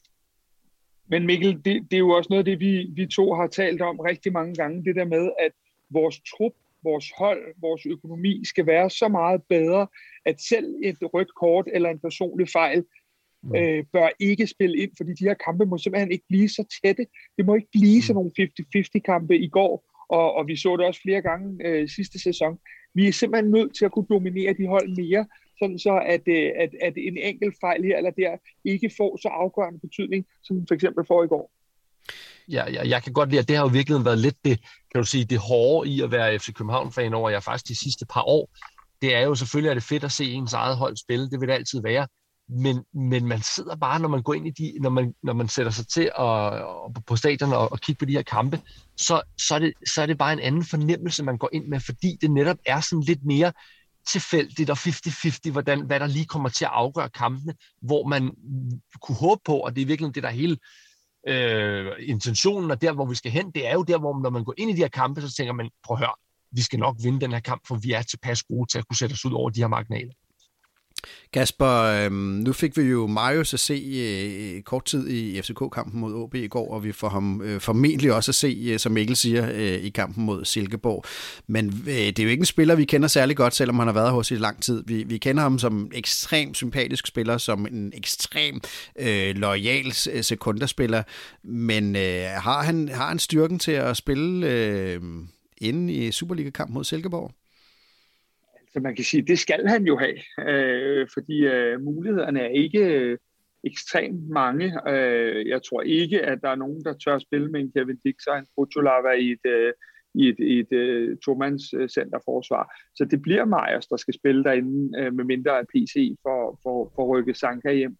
S2: Men Mikkel, det er jo også noget af det, vi to har talt om rigtig mange gange, det der med, at vores trup, vores hold, vores økonomi skal være så meget bedre, at selv et rødt kort eller en personlig fejl bør ikke spille ind, fordi de her kampe må simpelthen ikke blive så tætte. Det må ikke blive sådan nogle 50-50 kampe i går, og vi så det også flere gange sidste sæson. Vi er simpelthen nødt til at kunne dominere de hold mere, sådan så at en enkelt fejl her eller der ikke får så afgørende betydning, som for eksempel får i går.
S4: Ja, jeg kan godt lide, at det har jo virkelig været lidt det hårde i at være FC København-fan over jer faktisk de sidste par år. Det er jo selvfølgelig, at det er fedt at se ens eget hold spille, det vil det altid være. Men man sidder bare, når man går ind i når man sætter sig til på stadion og kigger på de her kampe, så er det bare en anden fornemmelse, man går ind med, fordi det netop er sådan lidt mere tilfældigt og 50-50, hvad der lige kommer til at afgøre kampene, hvor man kunne håbe på, og det er virkelig det, der er hele intentionen, og der, hvor vi skal hen, det er jo der, hvor når man går ind i de her kampe, så tænker man, prøv at høre, vi skal nok vinde den her kamp, for vi er tilpas gode til at kunne sætte os ud over de her marginaler.
S1: Kasper, nu fik vi jo Marius at se kort tid i FCK-kampen mod AaB i går, og vi får ham formentlig også at se, som Mikkel siger, i kampen mod Silkeborg. Men det er jo ikke en spiller, vi kender særlig godt, selvom han har været hos i lang tid. Vi kender ham som en ekstremt sympatisk spiller, som en ekstrem loyal sekunderspiller, men har han styrken til at spille inde i Superliga-kamp mod Silkeborg?
S2: Så man kan sige, det skal han jo have, fordi mulighederne er ikke ekstremt mange. Jeg tror ikke, at der er nogen, der tør spille med en Kevin Dix og en Brutolava i et to-mands centerforsvar. Så det bliver Majers, der skal spille derinde, med mindre af PC for at rykke Sanka hjem.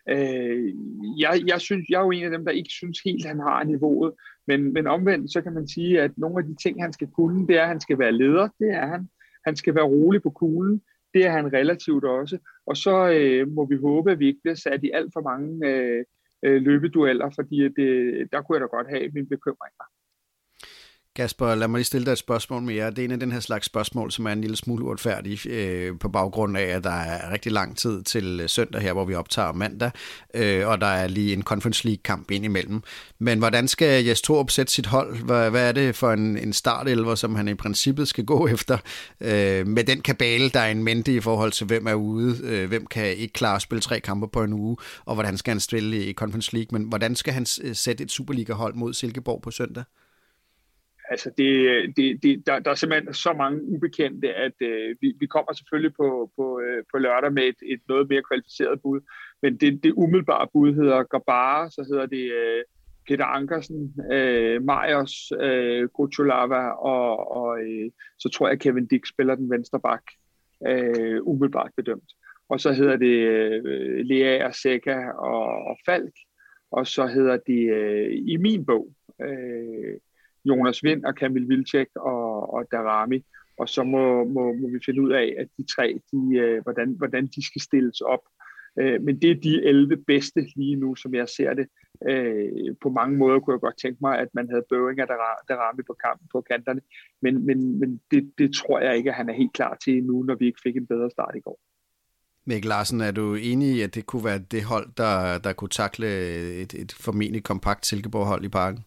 S2: Jeg er jo en af dem, der ikke synes helt, han har niveauet, men omvendt, så kan man sige, at nogle af de ting, han skal kunne, det er, at han skal være leder, det er han. Han skal være rolig på kuglen. Det er han relativt også. Og så må vi håbe, at vi ikke bliver sat i alt for mange løbedueller, fordi der kunne jeg da godt have mine bekymringer.
S1: Kasper, lad mig lige stille dig et spørgsmål mere. Det er en af den her slags spørgsmål, som er en lille smule uretfærdig på baggrund af, at der er rigtig lang tid til søndag her, hvor vi optager mandag, og der er lige en Conference League-kamp ind imellem. Men hvordan skal Jes Torup sætte sit hold? Hvad er det for en startelver, som han i princippet skal gå efter? Med den kabale, der er en mente i forhold til, hvem er ude, hvem kan ikke klare at spille 3 kampe på en uge, og hvordan skal han spille i Conference League? Men hvordan skal han sætte et Superliga-hold mod Silkeborg på søndag?
S2: Altså, der er simpelthen så mange ubekendte, at vi kommer selvfølgelig på lørdag med et noget mere kvalificeret bud. Men det umiddelbare bud hedder Gabara, så hedder det Peter Ankersen, Majers, Gocholava og så tror jeg, Kevin Dick spiller den venstre bak, umiddelbart bedømt. Og så hedder det Lea, Seca og Falk, og så hedder det i min bog Jonas Vind og Kamil Vilcek og Darami, og så må vi finde ud af, at de tre, hvordan de skal stilles op. Men det er de 11 bedste lige nu, som jeg ser det. På mange måder kunne jeg godt tænke mig, at man havde Bøving og Darami på kanterne, men det tror jeg ikke, at han er helt klar til nu, når vi ikke fik en bedre start i går.
S1: Mikkel Larsen, er du enig i, at det kunne være det hold, der kunne takle et formentlig kompakt Silkeborg-hold i parken?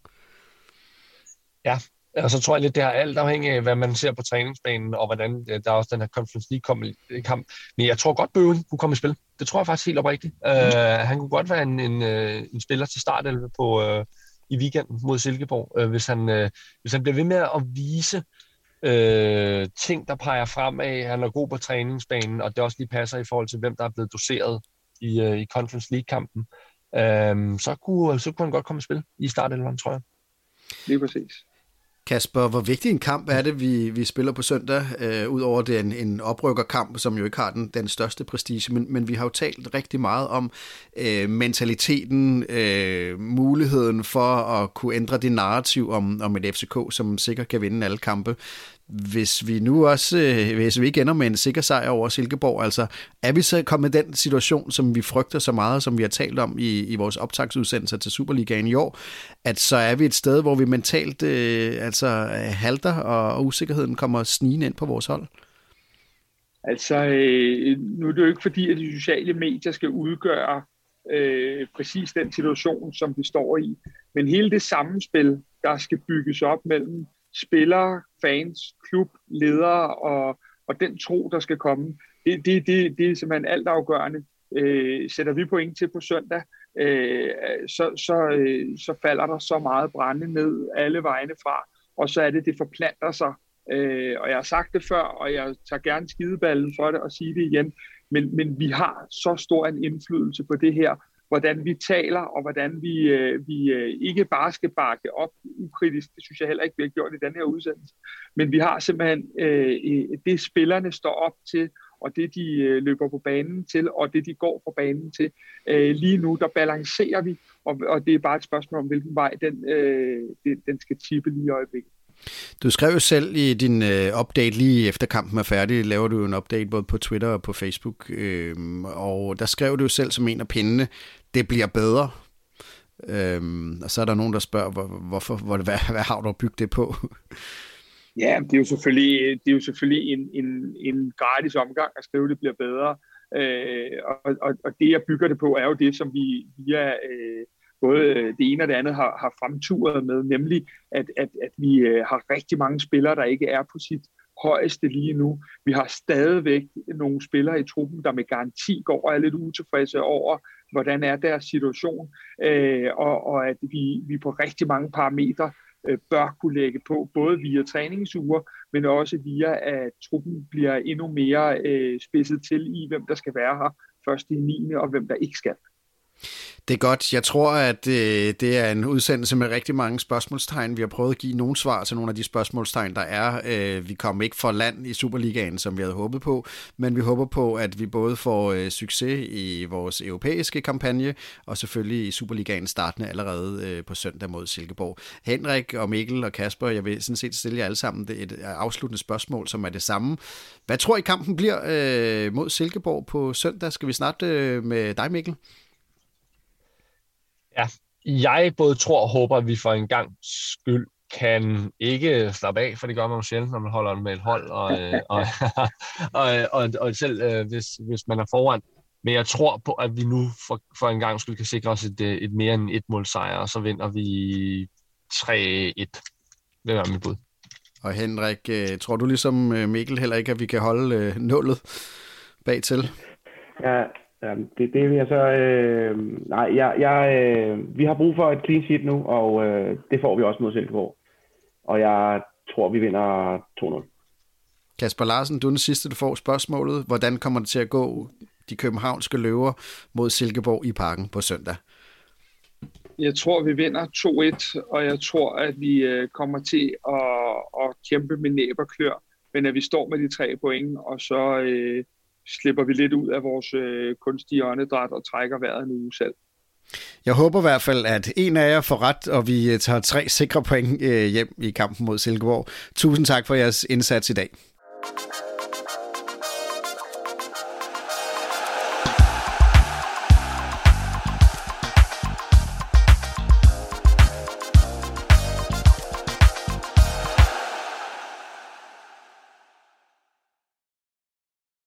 S4: Ja, og så tror jeg lidt, det er alt afhængig af, hvad man ser på træningsbanen, og hvordan der er også den her Conference League-kamp. Men jeg tror godt, Bøving kunne komme i spil. Det tror jeg faktisk helt oprigtigt. Han kunne godt være en spiller til start i weekenden mod Silkeborg, hvis han bliver ved med at vise ting, der peger fremad. Han er god på træningsbanen, og det også lige passer i forhold til, hvem der er blevet doseret i Conference League-kampen. Så kunne han godt komme i spil i startelveren, tror jeg.
S2: Lige præcis.
S1: Kasper, hvor vigtig en kamp er det, vi spiller på søndag, udover det en oprykkerkamp, som jo ikke har den største prestige, men vi har jo talt rigtig meget om mentaliteten, muligheden for at kunne ændre det narrativ om et FCK, som sikkert kan vinde alle kampe. Hvis vi nu også, hvis vi ikke ender med en sikker sejr over Silkeborg, altså er vi så kommet i den situation, som vi frygter så meget, som vi har talt om i vores optagsudsendelser til Superligaen i år, at så er vi et sted, hvor vi mentalt halter, og usikkerheden kommer snigende ind på vores hold?
S2: Altså, nu er det jo ikke fordi, at de sociale medier skal udgøre præcis den situation, som vi står i, men hele det sammenspil, der skal bygges op mellem spillere, fans, klub, ledere og den tro, der skal komme. Det er simpelthen altafgørende. Sætter vi point til på søndag, så falder der så meget brænde ned alle vegne fra, og så er det forplanter sig. Og jeg har sagt det før, og jeg tager gerne skideballen for det og sige det igen, men vi har så stor en indflydelse på det her, hvordan vi taler, og hvordan vi ikke bare skal bakke op ukritisk. Det synes jeg heller ikke, vi har gjort i den her udsendelse. Men vi har simpelthen det, spillerne står op til, og det, de løber på banen til, og det, de går på banen til. Lige nu, der balancerer vi, og det er bare et spørgsmål om, hvilken vej den skal tippe lige i øjeblikket.
S1: Du skrev jo selv i din update lige efter kampen er færdig, laver du en update både på Twitter og på Facebook, og der skrev du jo selv som en af pindene, det bliver bedre. Og så er der nogen, der spørger, hvad har du at bygge det på?
S2: Ja, det er jo selvfølgelig en gratis omgang at skrive, det bliver bedre. Og det, jeg bygger det på, er jo det, som vi via både det ene og det andet har fremturet med, nemlig at vi har rigtig mange spillere, der ikke er på sit højeste lige nu. Vi har stadigvæk nogle spillere i truppen, der med garanti går og er lidt utilfredse over, hvordan er deres situation, og at vi på rigtig mange parametre bør kunne lægge på, både via træningsuger, men også via, at truppen bliver endnu mere spidset til i, hvem der skal være her først i 9. og hvem der ikke skal.
S1: Det er godt. Jeg tror, at det er en udsendelse med rigtig mange spørgsmålstegn. Vi har prøvet at give nogle svar til nogle af de spørgsmålstegn, der er. Vi kom ikke for land i Superligaen, som vi havde håbet på, men vi håber på, at vi både får succes i vores europæiske kampagne, og selvfølgelig i Superligaen startende allerede på søndag mod Silkeborg. Henrik og Mikkel og Kasper, jeg vil sådan set stille jer alle sammen et afsluttende spørgsmål, som er det samme. Hvad tror I kampen bliver mod Silkeborg på søndag? Skal vi starte med dig, Mikkel?
S4: Ja, jeg både tror og håber, at vi for en gang skyld kan ikke slappe af, for det gør man jo sjældent, når man holder med et hold, og selv hvis man er foran. Men jeg tror på, at vi nu for en gang skulle kan sikre os et mere end et målsejr, og så vinder vi 3-1. Det er mit bud.
S1: Og Henrik, tror du ligesom Mikkel heller ikke, at vi kan holde nullet bagtil?
S3: Ja, det vil jeg så... nej, vi har brug for et clean sheet nu, og det får vi også mod Silkeborg. Og jeg tror, vi vinder 2-0.
S1: Kasper Larsen, du er den sidste, du får spørgsmålet. Hvordan kommer det til at gå de københavnske løver mod Silkeborg i Parken på søndag?
S2: Jeg tror, vi vinder 2-1, og jeg tror, at vi kommer til at kæmpe med næb og klør, men at vi står med de 3 point, og så slipper vi lidt ud af vores kunstige åndedræt og trækker vejret en uge selv.
S1: Jeg håber i hvert fald, at en af jer får ret, og vi tager 3 sikre point hjem i kampen mod Silkeborg. Tusind tak for jeres indsats i dag.